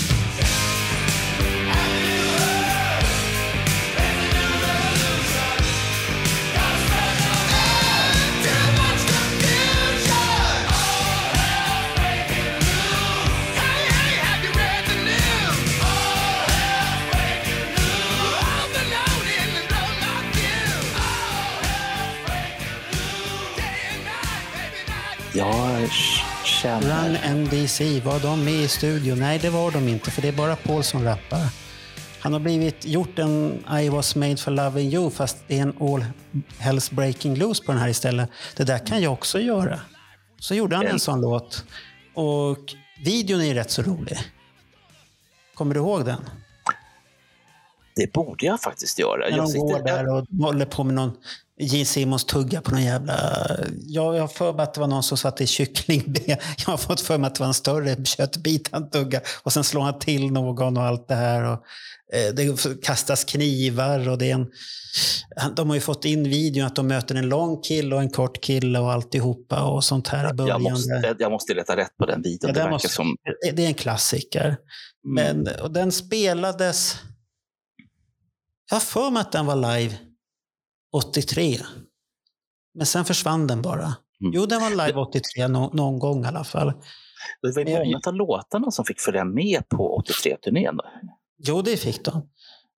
Jag känner... Run MDC, var de med i studion? Nej, det var de inte, för det är bara Paul som rappar. Han har gjort en I was made for loving you, fast det är en all hell's breaking loose på den här istället. Det där kan jag också göra. Så gjorde han en sån låt. Och videon är rätt så rolig. Kommer du ihåg den? Det borde jag faktiskt göra. När de går där och håller på med någon Gene Simmons tugga på någon jävla... Jag har för mig att det var någon som satt i kycklingben. Jag har fått för mig att det var en större köttbit han tugga. Och sen slår han till någon och allt det här. Och det kastas knivar och det är de har ju fått in videon att de möter en lång kille och en kort kille och alltihopa och sånt här i början. Jag måste leta rätt på den videon. Ja, det är en klassiker. Och den spelades... Jag har för mig att den var live 83. Men sen försvann den bara. Jo, den var live 83 någon gång i alla fall. Det var ju många av låtarna som fick följa med på 83-turnén. Jo, det fick de.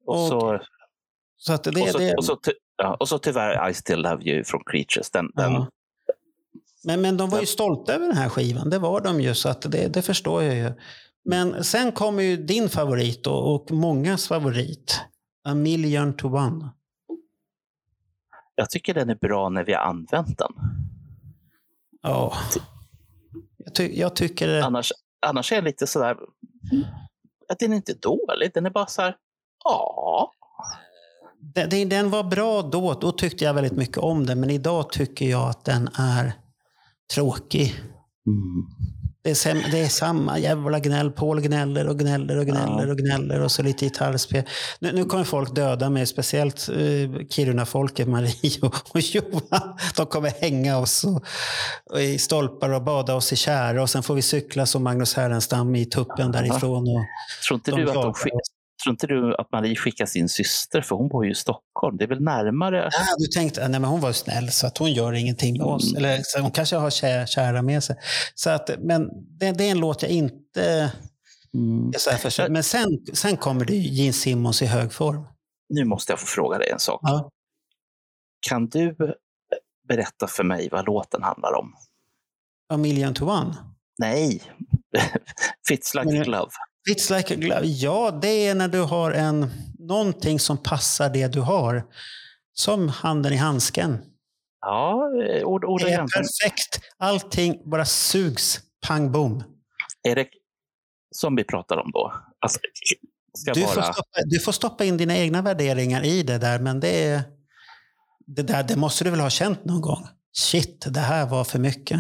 Och så tyvärr I Still Love You från Creatures. Men de var ju stolta över den här skivan. Det var de ju, så att det förstår jag ju. Men sen kommer ju din favorit och mångas favorit. A Million to One. Jag tycker den är bra när vi har använt den. Ja. Jag tycker... Annars är det lite sådär... Att den är inte dålig. Den är bara så här... Ja. Den var bra då. Då tyckte jag väldigt mycket om den. Men idag tycker jag att den är tråkig. Det är samma jävla gnäll. Paul gnäller och gnäller och gnäller och gnäller och så lite gitarrspel. Nu kommer folk döda mig, speciellt Kiruna-folket, Marie och Johan. De kommer hänga oss och i stolpar och bada oss i kära och sen får vi cykla som Magnus Härenstam i tuppen därifrån. Och tror inte du att Marie skickar sin syster, för hon bor ju i Stockholm? Det är väl närmare? Ja, du tänkte, nej, men hon var snäll så att hon gör ingenting med oss. Eller så hon kanske har kära med sig. Så att, men det är en låt jag inte är så här för. Men sen kommer det Gene Simmons i hög form. Nu måste jag få fråga dig en sak. Ja. Kan du berätta för mig vad låten handlar om? A Million to One? Nej. Fits Like a Glove. It's like a glove. Ja, det är när du har någonting som passar det du har. Som handen i handsken. Ja, det är perfekt. Allting bara sugs. Pang, boom. Är det som vi pratar om då? Alltså, du får stoppa in dina egna värderingar i det där, men det måste du väl ha känt någon gång. Shit, det här var för mycket.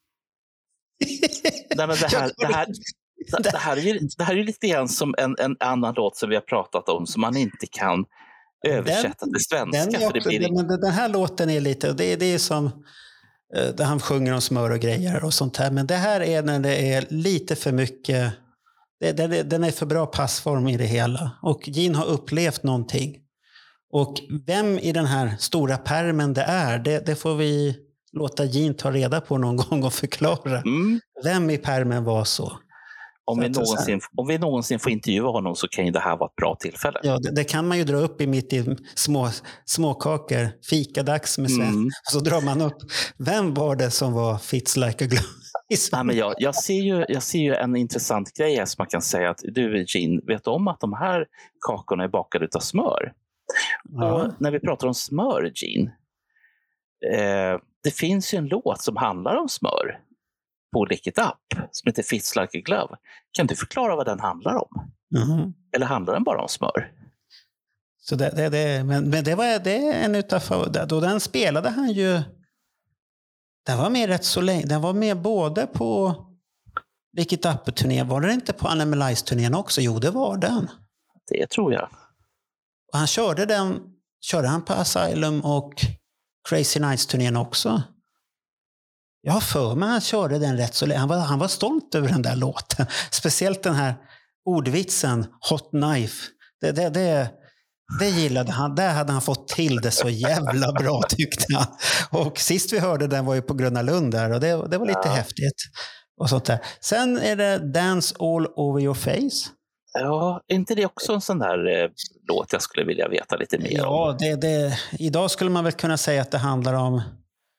Nej, men det här är ju lite grann som en annan låt som vi har pratat om som man inte kan översätta till svenska. Den här låten är lite, det är som där han sjunger om smör och grejer och sånt här. Men det här är när det är lite för mycket, den är för bra passform i det hela. Och Gene har upplevt någonting. Och vem i den här stora pärmen det får vi låta Gene ta reda på någon gång och förklara. Vem i pärmen var så. Om vi någonsin får intervjua honom så kan ju det här vara ett bra tillfälle. Ja, det kan man ju dra upp mitt i småkakor. Fikadags med Sven. Och så drar man upp. Vem var det som var Fits Like a Glove? Ja, men jag ser ju en intressant grej här som man kan säga att du, Gene, vet om att de här kakorna är bakade av smör? Ja. Och när vi pratar om smör, Gene, det finns ju en låt som handlar om smör på Lick It Up som heter Fits Like a Glove. Kan du förklara vad den handlar om? Eller handlar den bara om smör? Så men det är en utav, då den spelade han ju, den var med rätt så länge. Den var med både på Lick It Up-turnén. Var det inte på Animalize-turnén också? Jo, det var den. Det tror jag. Och han körde han på Asylum och Crazy Nights-turnén också. Jag har för mig han körde den rätt så länge. Han var stolt över den där låten. Speciellt den här ordvitsen, Hot Knife. Det gillade han. Där hade han fått till det så jävla bra, tyckte han. Och sist vi hörde den var ju på Gröna Lund där. Och det var lite häftigt. Och sånt där. Sen är det Dance All Over Your Face. Ja, är inte det också en sån där låt jag skulle vilja veta lite mer om? Ja, idag skulle man väl kunna säga att det handlar om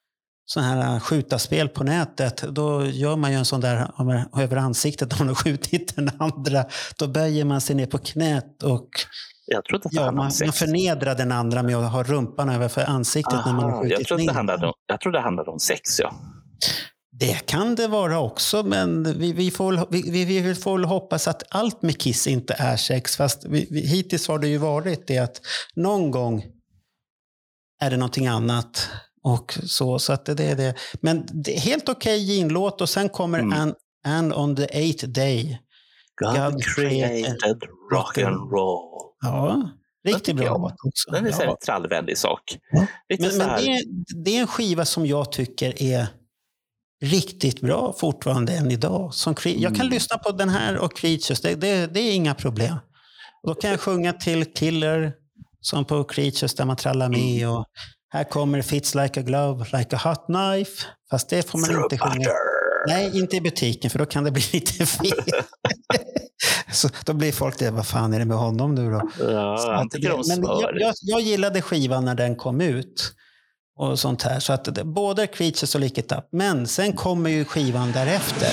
sån här skjutarspel på nätet, då gör man ju en sån där över ansiktet om man har skjutit den andra. Då böjer man sig ner på knät och jag tror att man förnedrar den andra med att ha rumpan över för ansiktet när man har skjutit jag tror det handlade om sex, ja. Det kan det vara också, men vi får väl hoppas att allt med Kiss inte är sex. Fast hittills har det ju varit det att någon gång är det någonting annat. Och så att det är det. Men det är helt okej inlåt och sen kommer And on the 8th day God created rock and roll. Ja, riktigt bra också. Den är en trallvänlig sak. Men det är en skiva som jag tycker är riktigt bra fortfarande än idag. Jag kan lyssna på den här och Creatures, det är inga problem. Och då kan jag sjunga till Killer som på Creatures där man trallar med och här kommer Fits like a glove, like a hot knife. Fast det får man inte sjunga. Nej, inte i butiken för då kan det bli lite fel. Så då blir folk det, vad fan är det med honom nu då? Ja, jag gillade skivan när den kom ut. Och sånt här. Så att både Creatures och Lick It Up. Men sen kommer ju skivan därefter.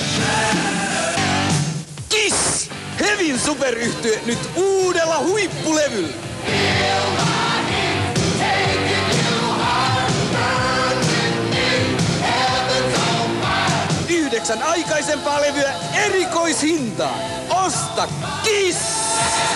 Kiss! Hevin superyhtye nyt uudella huippulevyllä! 9 aikaisempaa levyä erikoishintaan. Osta Kiss!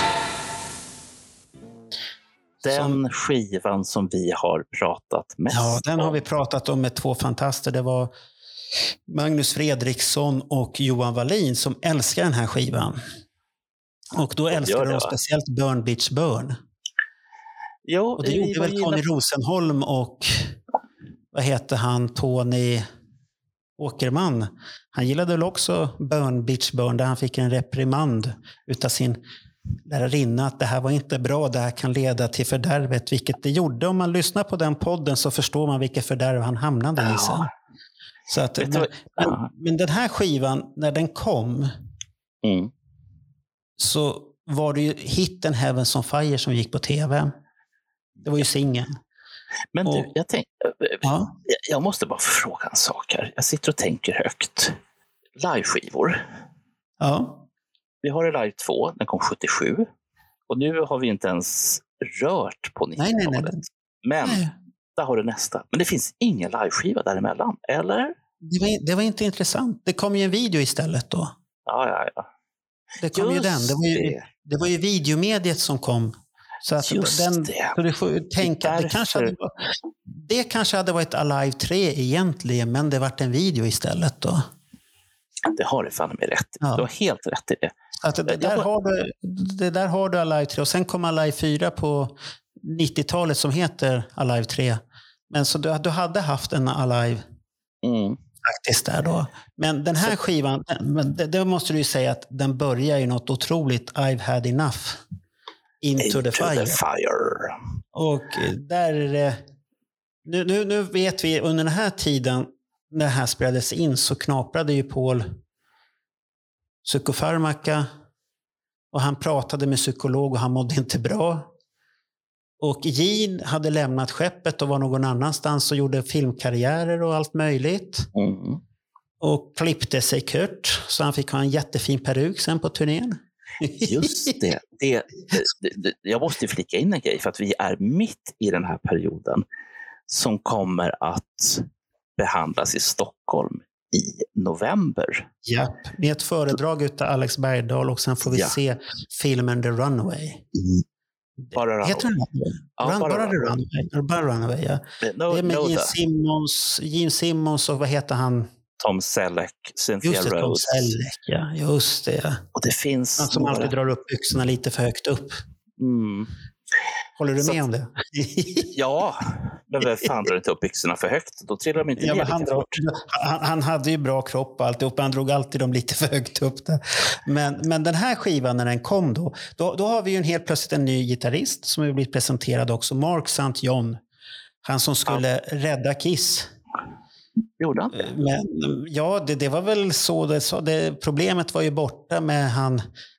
Den skivan som vi har pratat mest om. Ja, den har vi pratat om med 2 fantaster. Det var Magnus Fredriksson och Johan Wallin som älskar den här skivan. Och då älskar de speciellt Burn Bitch Burn. Jo, och det gjorde väl Tony Rosenholm och vad heter han, Tony Åkerman. Han gillade väl också Burn Bitch Burn där han fick en reprimand utav sin lärarinna att det här var inte bra, det här kan leda till fördärvet, vilket det gjorde. Om man lyssnar på den podden så förstår man vilka fördärv han hamnade i sen. Så att, men den här skivan, när den kom så var det ju hitten Heavens on Fire som gick på tv. Det var ju singeln. Men du, jag måste bara fråga en sak här. Jag sitter och tänker högt. Live-skivor. Ja. Vi har Live 2, den kom 77. Och nu har vi inte ens rört på 90-talet. Nej. Men där har du nästa. Men det finns ingen live-skiva däremellan, eller? Det var inte intressant. Det kom ju en video istället då. Ja. Det kom ju den. Det var ju videomediet som kom. Så att så du får tänka, det kanske hade varit Alive 3 egentligen, men det vart en video istället då. Det har du fan med rätt. Ja. Du har helt rätt i det. Att det där har du Alive 3 och sen kom Alive 4 på 90-talet som heter Alive 3. Men så du hade haft en Alive faktiskt där då. Men den här skivan, det måste du ju säga att den börjar ju något otroligt. I've had enough. Into the fire. Och där är det, nu vet vi under den här tiden när det här spelades in så knaprade ju Paul psykofarmaka och han pratade med psykolog och han mådde inte bra. Och Gene hade lämnat skeppet och var någon annanstans och gjorde filmkarriärer och allt möjligt. Och klippte sig Kurt så han fick ha en jättefin peruk sen på turnén. Just det. Jag måste flika in en grej för att vi är mitt i den här perioden som kommer att behandlas i Stockholm i november. Ja, med ett föredrag utav Alex Bergdahl och sen får vi se filmen The Runaway. Heter den? Bara Runaway, ja. Det är med Gene Simmons och vad heter han? Tom Selleck, Cynthia Rhodes. Tom Selleck, ja. Just det. Och det finns han som alltid drar upp byxorna lite för högt upp. Håller du med om det? Ja, men vad fan drar inte upp byxorna för högt? Då trillar de inte ner. Han hade ju bra kropp och alltihop. Han drog alltid dem lite för högt upp där. Men den här skivan när den kom då har vi ju helt plötsligt en ny gitarrist som har blivit presenterad också. Mark St. John. Han som skulle rädda Kiss. Gjorde han? Men ja, det var väl så. Problemet var ju borta med han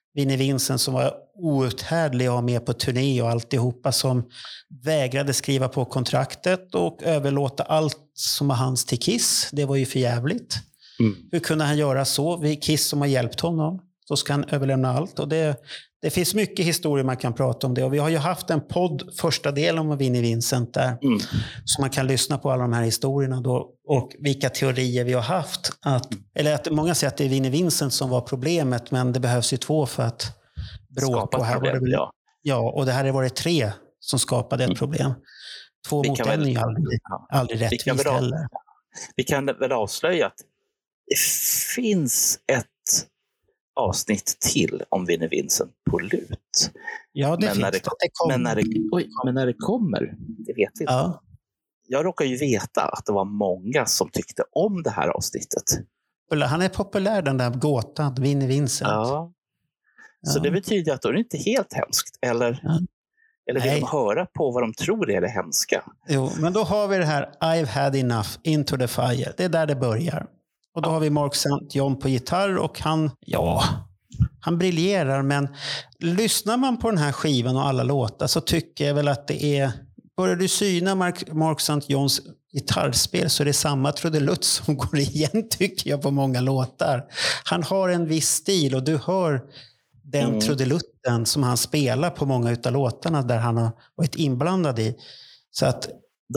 Vinnie Vincent som var outhärdlig att ha med på turné och alltihopa, som vägrade skriva på kontraktet och överlåta allt som var hans till Kiss. Det var ju för jävligt. Hur kunde han göra så? Vi Kiss som har hjälpt honom. Så ska han överlämna allt. Och det finns mycket historier man kan prata om det. Och vi har ju haft en podd, första delen om Vinnie Vincent där. Så man kan lyssna på alla de här historierna då. Och vilka teorier vi har haft. Att många säger att det är Vinnie Vincent som var problemet. Men det behövs ju 2 för att bråka. Och här var det, ja, och det här har varit 3 som skapade ett problem. 2 mot en är ju aldrig rättvist heller. Vi kan väl avslöja att det finns ett avsnitt till om Vinnie Vincent på lut. Ja, det finns. Men när det kommer, det vet vi inte. Ja. Jag råkar ju veta att det var många som tyckte om det här avsnittet. Han är populär, den där gåtan, Vinnie Vincent. Ja. Så det betyder att det är inte helt hemskt. Eller vill de höra på vad de tror är det hemska? Jo, men då har vi det här I've had enough, Into the Fire. Det är där det börjar. Och då har vi Mark St. John på gitarr och han briljerar, men lyssnar man på den här skivan och alla låtar så tycker jag väl att det är, börjar du syna Mark St. Johns gitarrspel så är det samma trudelutt som går igen, tycker jag, på många låtar. Han har en viss stil och du hör den trudelutten som han spelar på många utav låtarna där han har varit inblandad i. Så att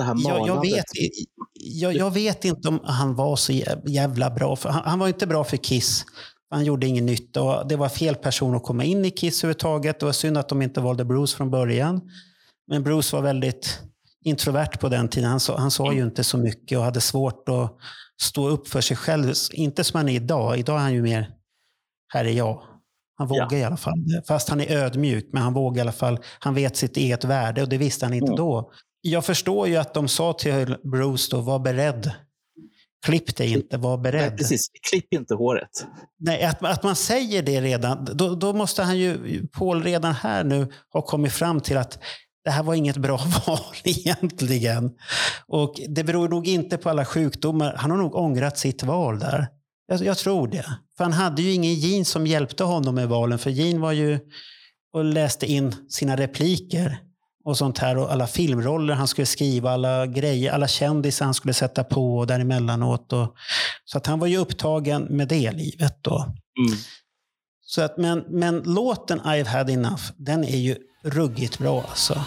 jag vet inte om han var så jävla bra. Han var inte bra för Kiss. Han gjorde ingen nytta och det var fel person att komma in i Kiss överhuvudtaget. Det var synd att de inte valde Bruce från början. Men Bruce var väldigt introvert på den tiden. Han sa ju inte så mycket och hade svårt att stå upp för sig själv. Inte som han är idag. Idag är han ju mer, här är jag. Han vågar i alla fall. Fast han är ödmjuk, men han vågar i alla fall. Han vet sitt eget värde och det visste han inte då. Jag förstår ju att de sa till Bruce då, var beredd. Klipp dig inte, var beredd. Nej, precis, klipp inte håret. Nej, att man säger det redan, då måste han ju, Paul redan här nu ha kommit fram till att det här var inget bra val egentligen. Och det beror nog inte på alla sjukdomar. Han har nog ångrat sitt val där. Jag tror det. För han hade ju ingen Gene som hjälpte honom med valen. För Gene var ju och läste in sina repliker och sånt här. Och alla filmroller han skulle skriva, alla grejer, alla kändisar han skulle sätta på och däremellanåt. Så att han var ju upptagen med det livet då. Så att, men låten I've had enough, den är ju ruggigt bra alltså.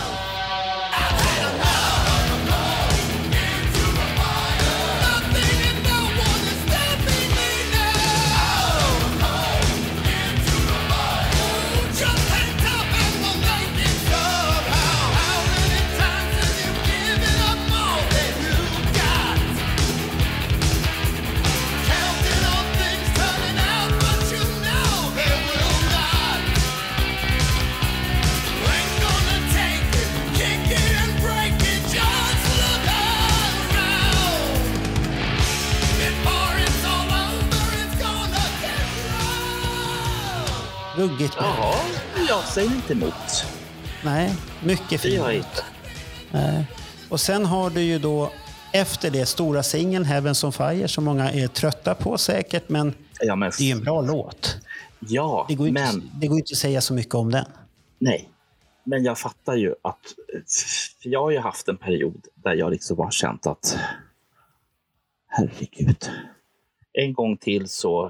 Ruggigt. Ja, jag säger inte emot. Nej, mycket fint. Och sen har du ju då efter det stora singeln Heavens on Fire som många är trötta på säkert, men det är ju en bra låt. Ja, det går inte att säga så mycket om den. Nej, men jag fattar ju att för jag har ju haft en period där jag liksom har känt att herregud, en gång till så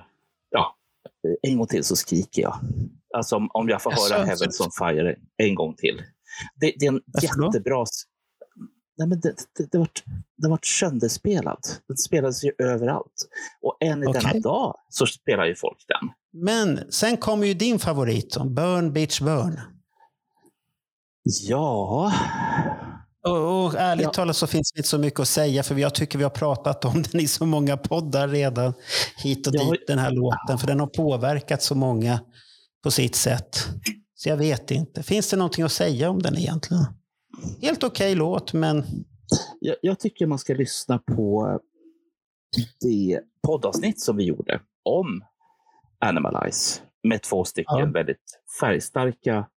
skriker jag. Alltså om jag får höra Heavens on Fire en gång till. Det är en jättebra... Nej, men det var sönderspelad. Det spelades ju överallt. Och än i denna dag så spelar ju folk den. Men sen kommer ju din favorit, Burn Bitch Burn. Ja... Och ärligt talat så finns det inte så mycket att säga, för jag tycker vi har pratat om den i så många poddar redan hit och dit, den här låten, för den har påverkat så många på sitt sätt. Så jag vet inte. Finns det någonting att säga om den egentligen? Helt okej låt, men... Jag tycker man ska lyssna på det poddavsnitt som vi gjorde om Animalize med 2 stycken väldigt färgstarka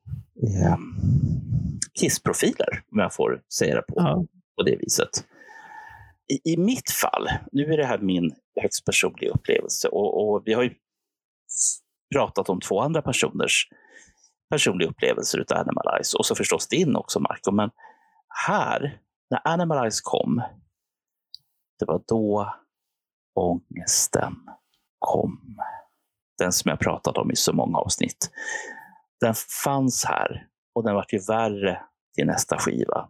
Kiss-profiler, om jag får säga det på det viset. I mitt fall, nu är det här min högst personliga upplevelse och vi har ju pratat om 2 andra personers personliga upplevelser utav Animalize. Och så förstås din också, Marco. Men här, när Animalize kom, det var då ångesten kom. Den som jag pratat om i så många avsnitt. Den fanns här och den var ju värre till nästa skiva.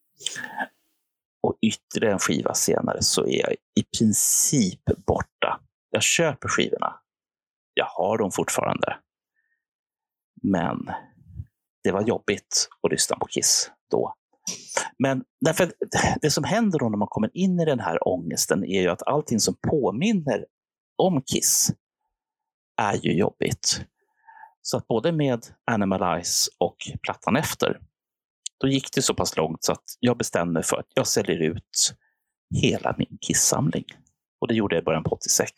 Och ytterligare en skiva senare så är jag i princip borta. Jag köper skivorna. Jag har dem fortfarande. Men det var jobbigt att lyssna på Kiss då. Men därför, det som händer då när man kommer in i den här ångesten är ju att allting som påminner om Kiss är ju jobbigt. Så att både med Animalize och plattan efter, då gick det så pass långt så att jag bestämde för att jag säljer ut hela min Kiss-samling. Och det gjorde jag i början på 86.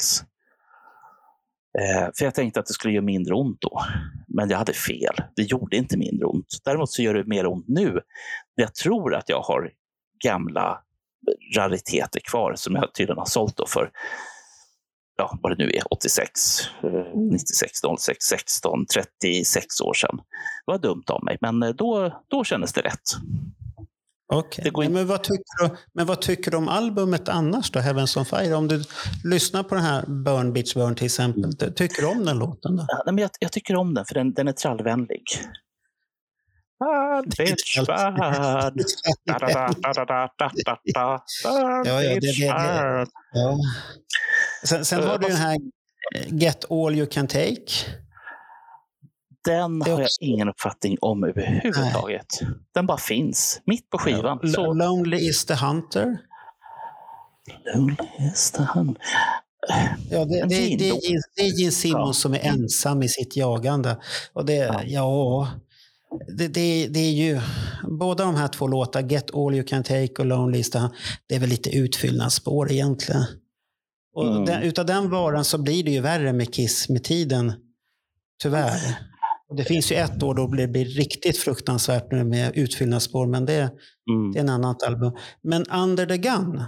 För jag tänkte att det skulle göra mindre ont då. Men jag hade fel. Det gjorde inte mindre ont. Däremot så gör det mer ont nu. Jag tror att jag har gamla rariteter kvar som jag tydligen har sålt då för, ja, vad det nu är, 86, 96, 06, 16, 36 år sedan. Det var dumt av mig, men då kändes det rätt. Okej, men vad tycker du om albumet annars då, Heavens on Fire? Om du lyssnar på den här Burn Bitch Burn till exempel, tycker du om den låten då? Ja, men jag tycker om den, för den är trallvänlig. Burn Bitch Burn. Ja. Sen har du den här Get All You Can Take. Den har jag ingen uppfattning om överhuvudtaget. Nej. Den bara finns mitt på skivan. Ja. Så... Lonely is the Hunter. Lonely is the Hunter. Ja, det är Gene Simmons som är ensam i sitt jagande. Och det är ju båda de här 2 låtar, Get All You Can Take och Lonely is the Hunter, det är väl lite utfyllnadsspår egentligen. Och utav den varan så blir det ju värre med Kiss med tiden, tyvärr. Och det finns ju ett år då det blir riktigt fruktansvärt med utfyllnadsspår, men det är en annat album. Men Under the Gun.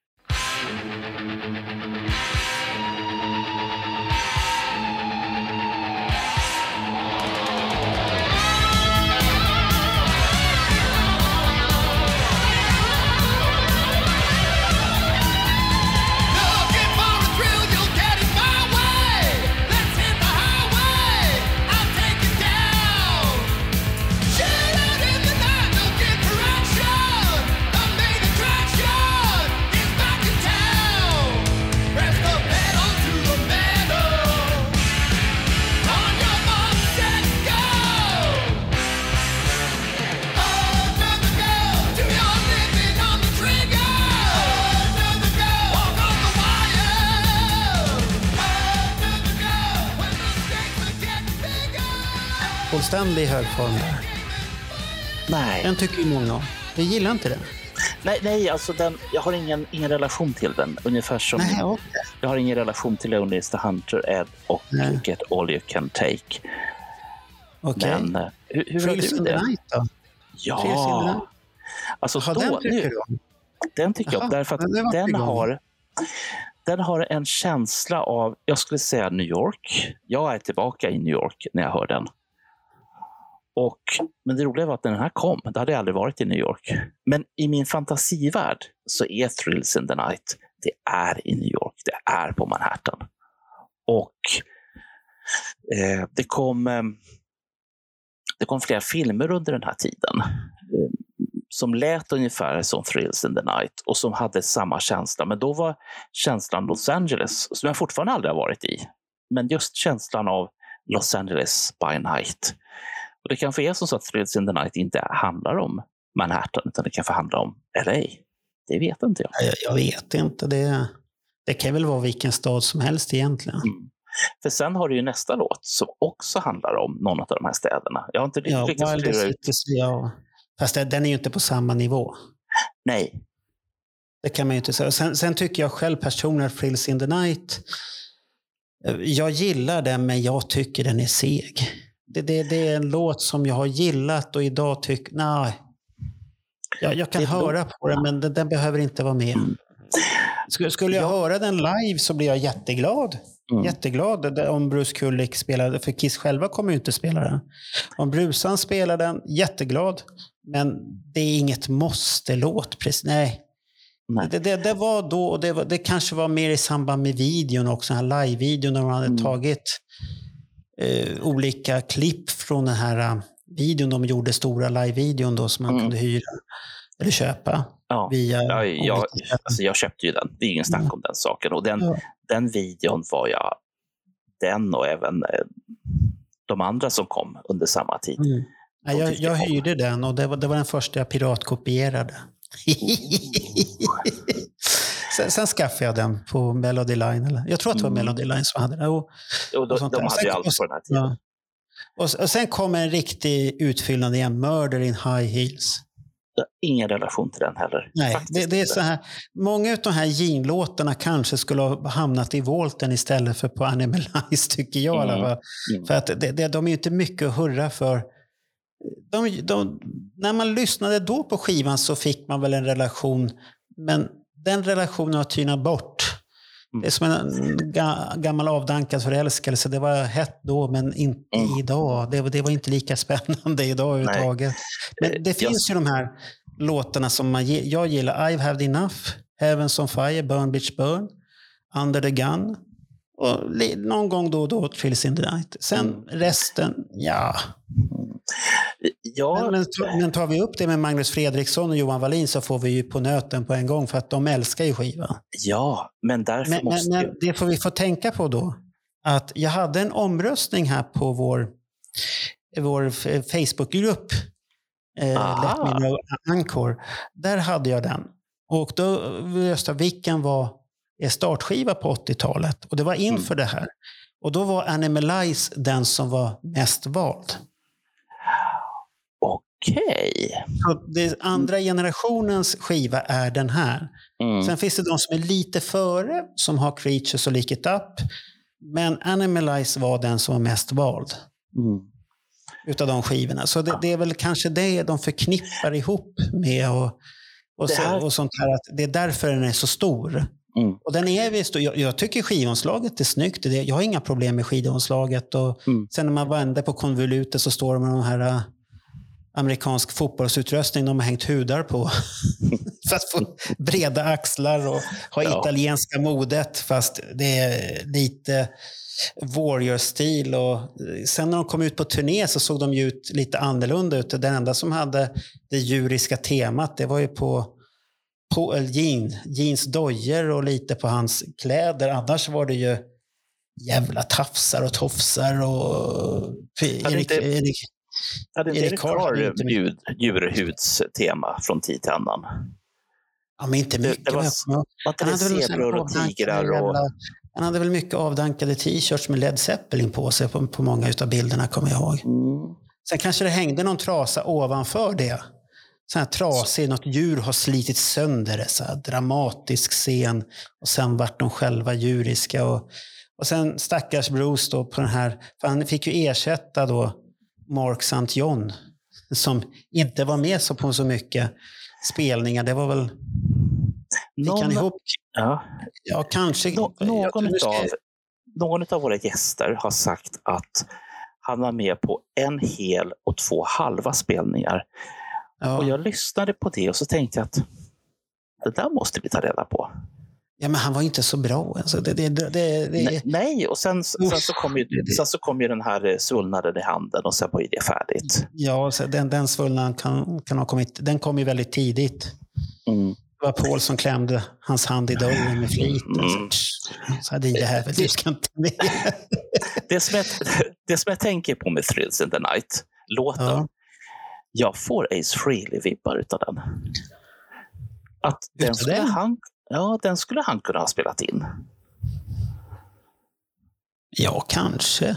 Stanley högform där. Nej. Den tycker ju många om. Jag gillar inte den. Nej, alltså jag har ingen relation till den. Ungefär som jag har ingen relation till Lonely is the Hunter, Ed och Get All You Can Take. Okej. Men hur har du det? Night, då? Ja. Alltså den tycker jag om, därför att den har en känsla av, jag skulle säga New York. Jag är tillbaka i New York när jag hör den. Men det roliga var att när den här kom, det hade jag aldrig varit i New York. Men i min fantasivärld så är Thrills in the Night, det är i New York, det är på Manhattan. Och det kom flera filmer under den här tiden som lät ungefär som Thrills in the Night och som hade samma känsla. Men då var känslan Los Angeles, som jag fortfarande aldrig har varit i. Men just känslan av Los Angeles by night. Och det kanske är så att Thrills in the Night inte handlar om Manhattan, utan det kanske handlar om LA. Det vet inte jag. Jag vet inte. Det kan väl vara vilken stad som helst egentligen. För sen har du ju nästa låt som också handlar om någon av de här städerna. Jag har inte lyckats klura ut. Fast den är ju inte på samma nivå. Nej. Det kan man ju inte säga. Sen tycker jag själv personligen Thrills in the Night, jag gillar den, men jag tycker den är seg. Det är en låt som jag har gillat och idag tycker, nej. Jag kan höra på den, men den behöver inte vara med. Skulle jag höra den live så blir jag jätteglad. Jätteglad om Bruce Kulick spelade, för Kiss själva kommer ju inte spela den. Om Brucean spelar den, jätteglad. Men det är inget måste-låt, precis. Nej. Det var då, och det kanske var mer i samband med videon också, den här live-videon där man hade tagit olika klipp från den här videon. De gjorde stora live-videon då som man kunde hyra eller köpa. Ja. Jag köpte ju den. Det är ingen snack om den saken. Och den videon var den och även de andra som kom under samma tid. Jag hyrde den och det var den första jag piratkopierade. Sen skaffade jag den på Melody Line. Eller? Jag tror att det var Melody Line som hade den. De hade ju allt på den här tiden. Ja. Och sen kom en riktig utfyllnad igen. Murder in High Heels. Ingen relation till den heller. Nej, det är så här. Många av de här Gene-låtarna kanske skulle ha hamnat i Volten istället för på Animalize, tycker jag. För att de är ju inte mycket att hurra för. När man lyssnade då på skivan så fick man väl en relation, men den relationen har tynat bort. Det är som en gammal avdankad förälskelse. Det var hett då, men inte idag. Det var inte lika spännande idag överhuvudtaget. Men det finns ju de här låtarna som jag gillar. I've had enough, Heavens on fire, Burn Bitch Burn, Under the gun. Och någon gång då och då Thrills in the night. Sen resten, Men tar vi upp det med Magnus Fredriksson och Johan Wallin så får vi ju på nöten på en gång, för att de älskar ju skivan. Ja, men därför måste men det får vi få tänka på då. Att jag hade en omröstning här på vår Facebookgrupp. Let Me Know Anchor. Där hade jag den. Och då röstade vilken var startskiva på 80-talet. Och det var inför det här. Och då var Animalize den som var mest vald. Okej. Det andra generationens skiva är den här. Sen finns det de som är lite före, som har Creatures och Lick It Up. Men Animalize var den som var mest vald. Utav de skivorna. Så det är väl kanske det de förknippar ihop med och sånt här. Att det är därför den är så stor. Och den är visst, jag tycker skivomslaget är snyggt. Jag har inga problem med skivomslaget. Och sen när man vänder på konvolutet så står det med de här amerikansk fotbollsutrustning de har hängt hudar på. För att få breda axlar och ha italienska modet, fast det är lite warrior-stil. Och sen när de kom ut på turné så såg de ju ut lite annorlunda ut. Den enda som hade det djuriska temat, det var ju på Jeans dojor och lite på hans kläder. Annars var det ju jävla tafsar och tofsar och hade inte kvar djurhudstema från tid till annan? Ja, men inte mycket. Det var zebror och tigrar och... Han hade väl mycket avdankade t-shirts med Led Zeppelin på sig på många utav bilderna, kommer jag ihåg. Sen kanske det hängde någon trasa ovanför det. Så här trasig, något djur har slitit sönder det, så här dramatisk scen. Och sen vart de själva djuriska. Och sen stackars Bruce då på den här, för han fick ju ersätta då Mark St. John, som inte var med på så mycket spelningar. Det var väl kanske någon av våra gäster har sagt att han var med på en hel och 2 halva spelningar. Och jag lyssnade på det och så tänkte jag att det där måste vi ta reda på. Ja, men han var inte så bra. Alltså, Nej, och sen så kom ju den här svullnaden i handen och sen var ju det färdigt. Ja, så den svullnaden kan ha kommit. Den kom ju väldigt tidigt. Det var Paul som klämde hans hand i dörren med flit. Så det här väl, du ska inte med. Det som jag tänker på med Thrills in the Night, låten, jag får Ace Frehley-vibbar utav den. Att den skulle han kunna ha spelat in. Ja, kanske.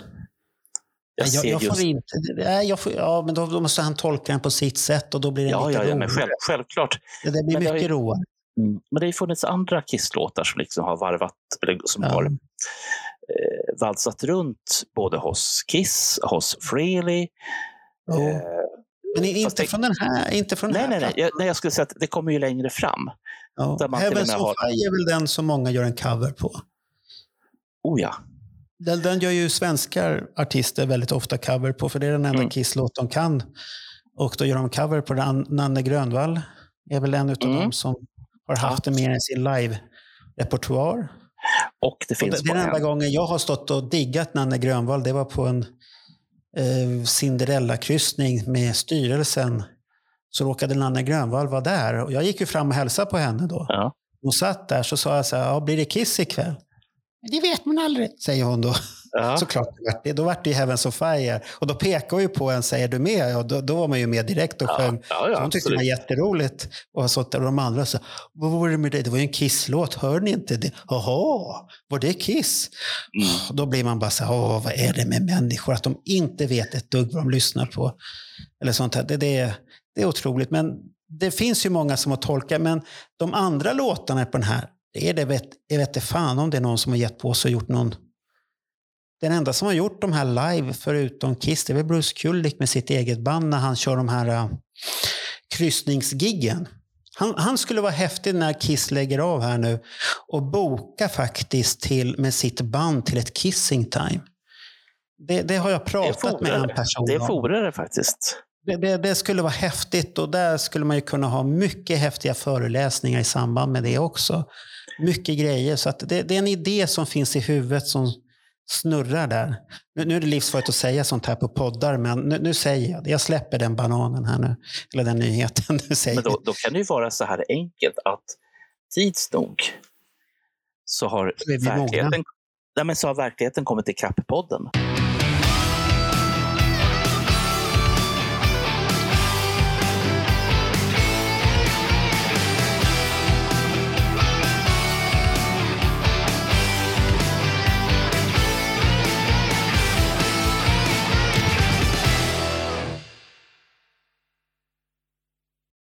Men då måste han tolka den på sitt sätt och då blir det lite roligare. Ja, men självklart. Det blir mycket roligare. Men det har ju funnits andra Kiss-låtar som liksom har varvat, eller som har valsat runt både hos Kiss, hos Frehley. Men inte från den här. Inte från nej, jag skulle säga att det kommer ju längre fram. Heavens on Fire är väl den som många gör en cover på. Oh ja. Den gör ju svenska artister väldigt ofta cover på, för det är den enda Kiss-låt de kan. Och då gör de cover på Nanne Grönvall. Är väl en av dem som har haft det mer i sin live-repertoar. Och det finns den enda gången jag har stått och diggat Nanne Grönvall, det var på en Cinderella-kryssning med styrelsen. Så råkade Nanne Grönvall vara där. Och jag gick ju fram och hälsade på henne då. Ja. Hon satt där, så sa jag så här, blir det Kiss ikväll? Det vet man aldrig, säger hon då. Ja. Såklart det. Då var det ju Heavens of Fire. Och då pekade hon ju på en, säger du med? Och då var man ju med direkt och sjöng. Så hon tyckte det var jätteroligt. Och så där, och de andra så, vad var det med det? Det var ju en Kiss-låt, hör ni inte det? Jaha, var det Kiss? Då blir man bara så här, vad är det med människor? Att de inte vet ett dugg vad de lyssnar på. Eller sånt här. Det är otroligt. Men det finns ju många som har tolkat. Men de andra låtarna på den här, jag vet inte fan om det är någon som har gett på sig och gjort någon. Den enda som har gjort de här live förutom Kiss, det är väl Bruce Kulick med sitt eget band när han kör de här kryssningsgiggen. Han skulle vara häftig när Kiss lägger av här nu och boka faktiskt med sitt band till ett Kissing Time. Det har jag pratat med en person om. Det fordrar det faktiskt. Det skulle vara häftigt, och där skulle man ju kunna ha mycket häftiga föreläsningar i samband med det också. Mycket grejer, så att det är en idé som finns i huvudet som snurrar där. Nu är det livsfarligt att säga sånt här på poddar, men nu säger jag det. Jag släpper den bananen här nu, eller den nyheten. Men då kan det ju vara så här enkelt att tids nog så har verkligheten kommit ikapp podden.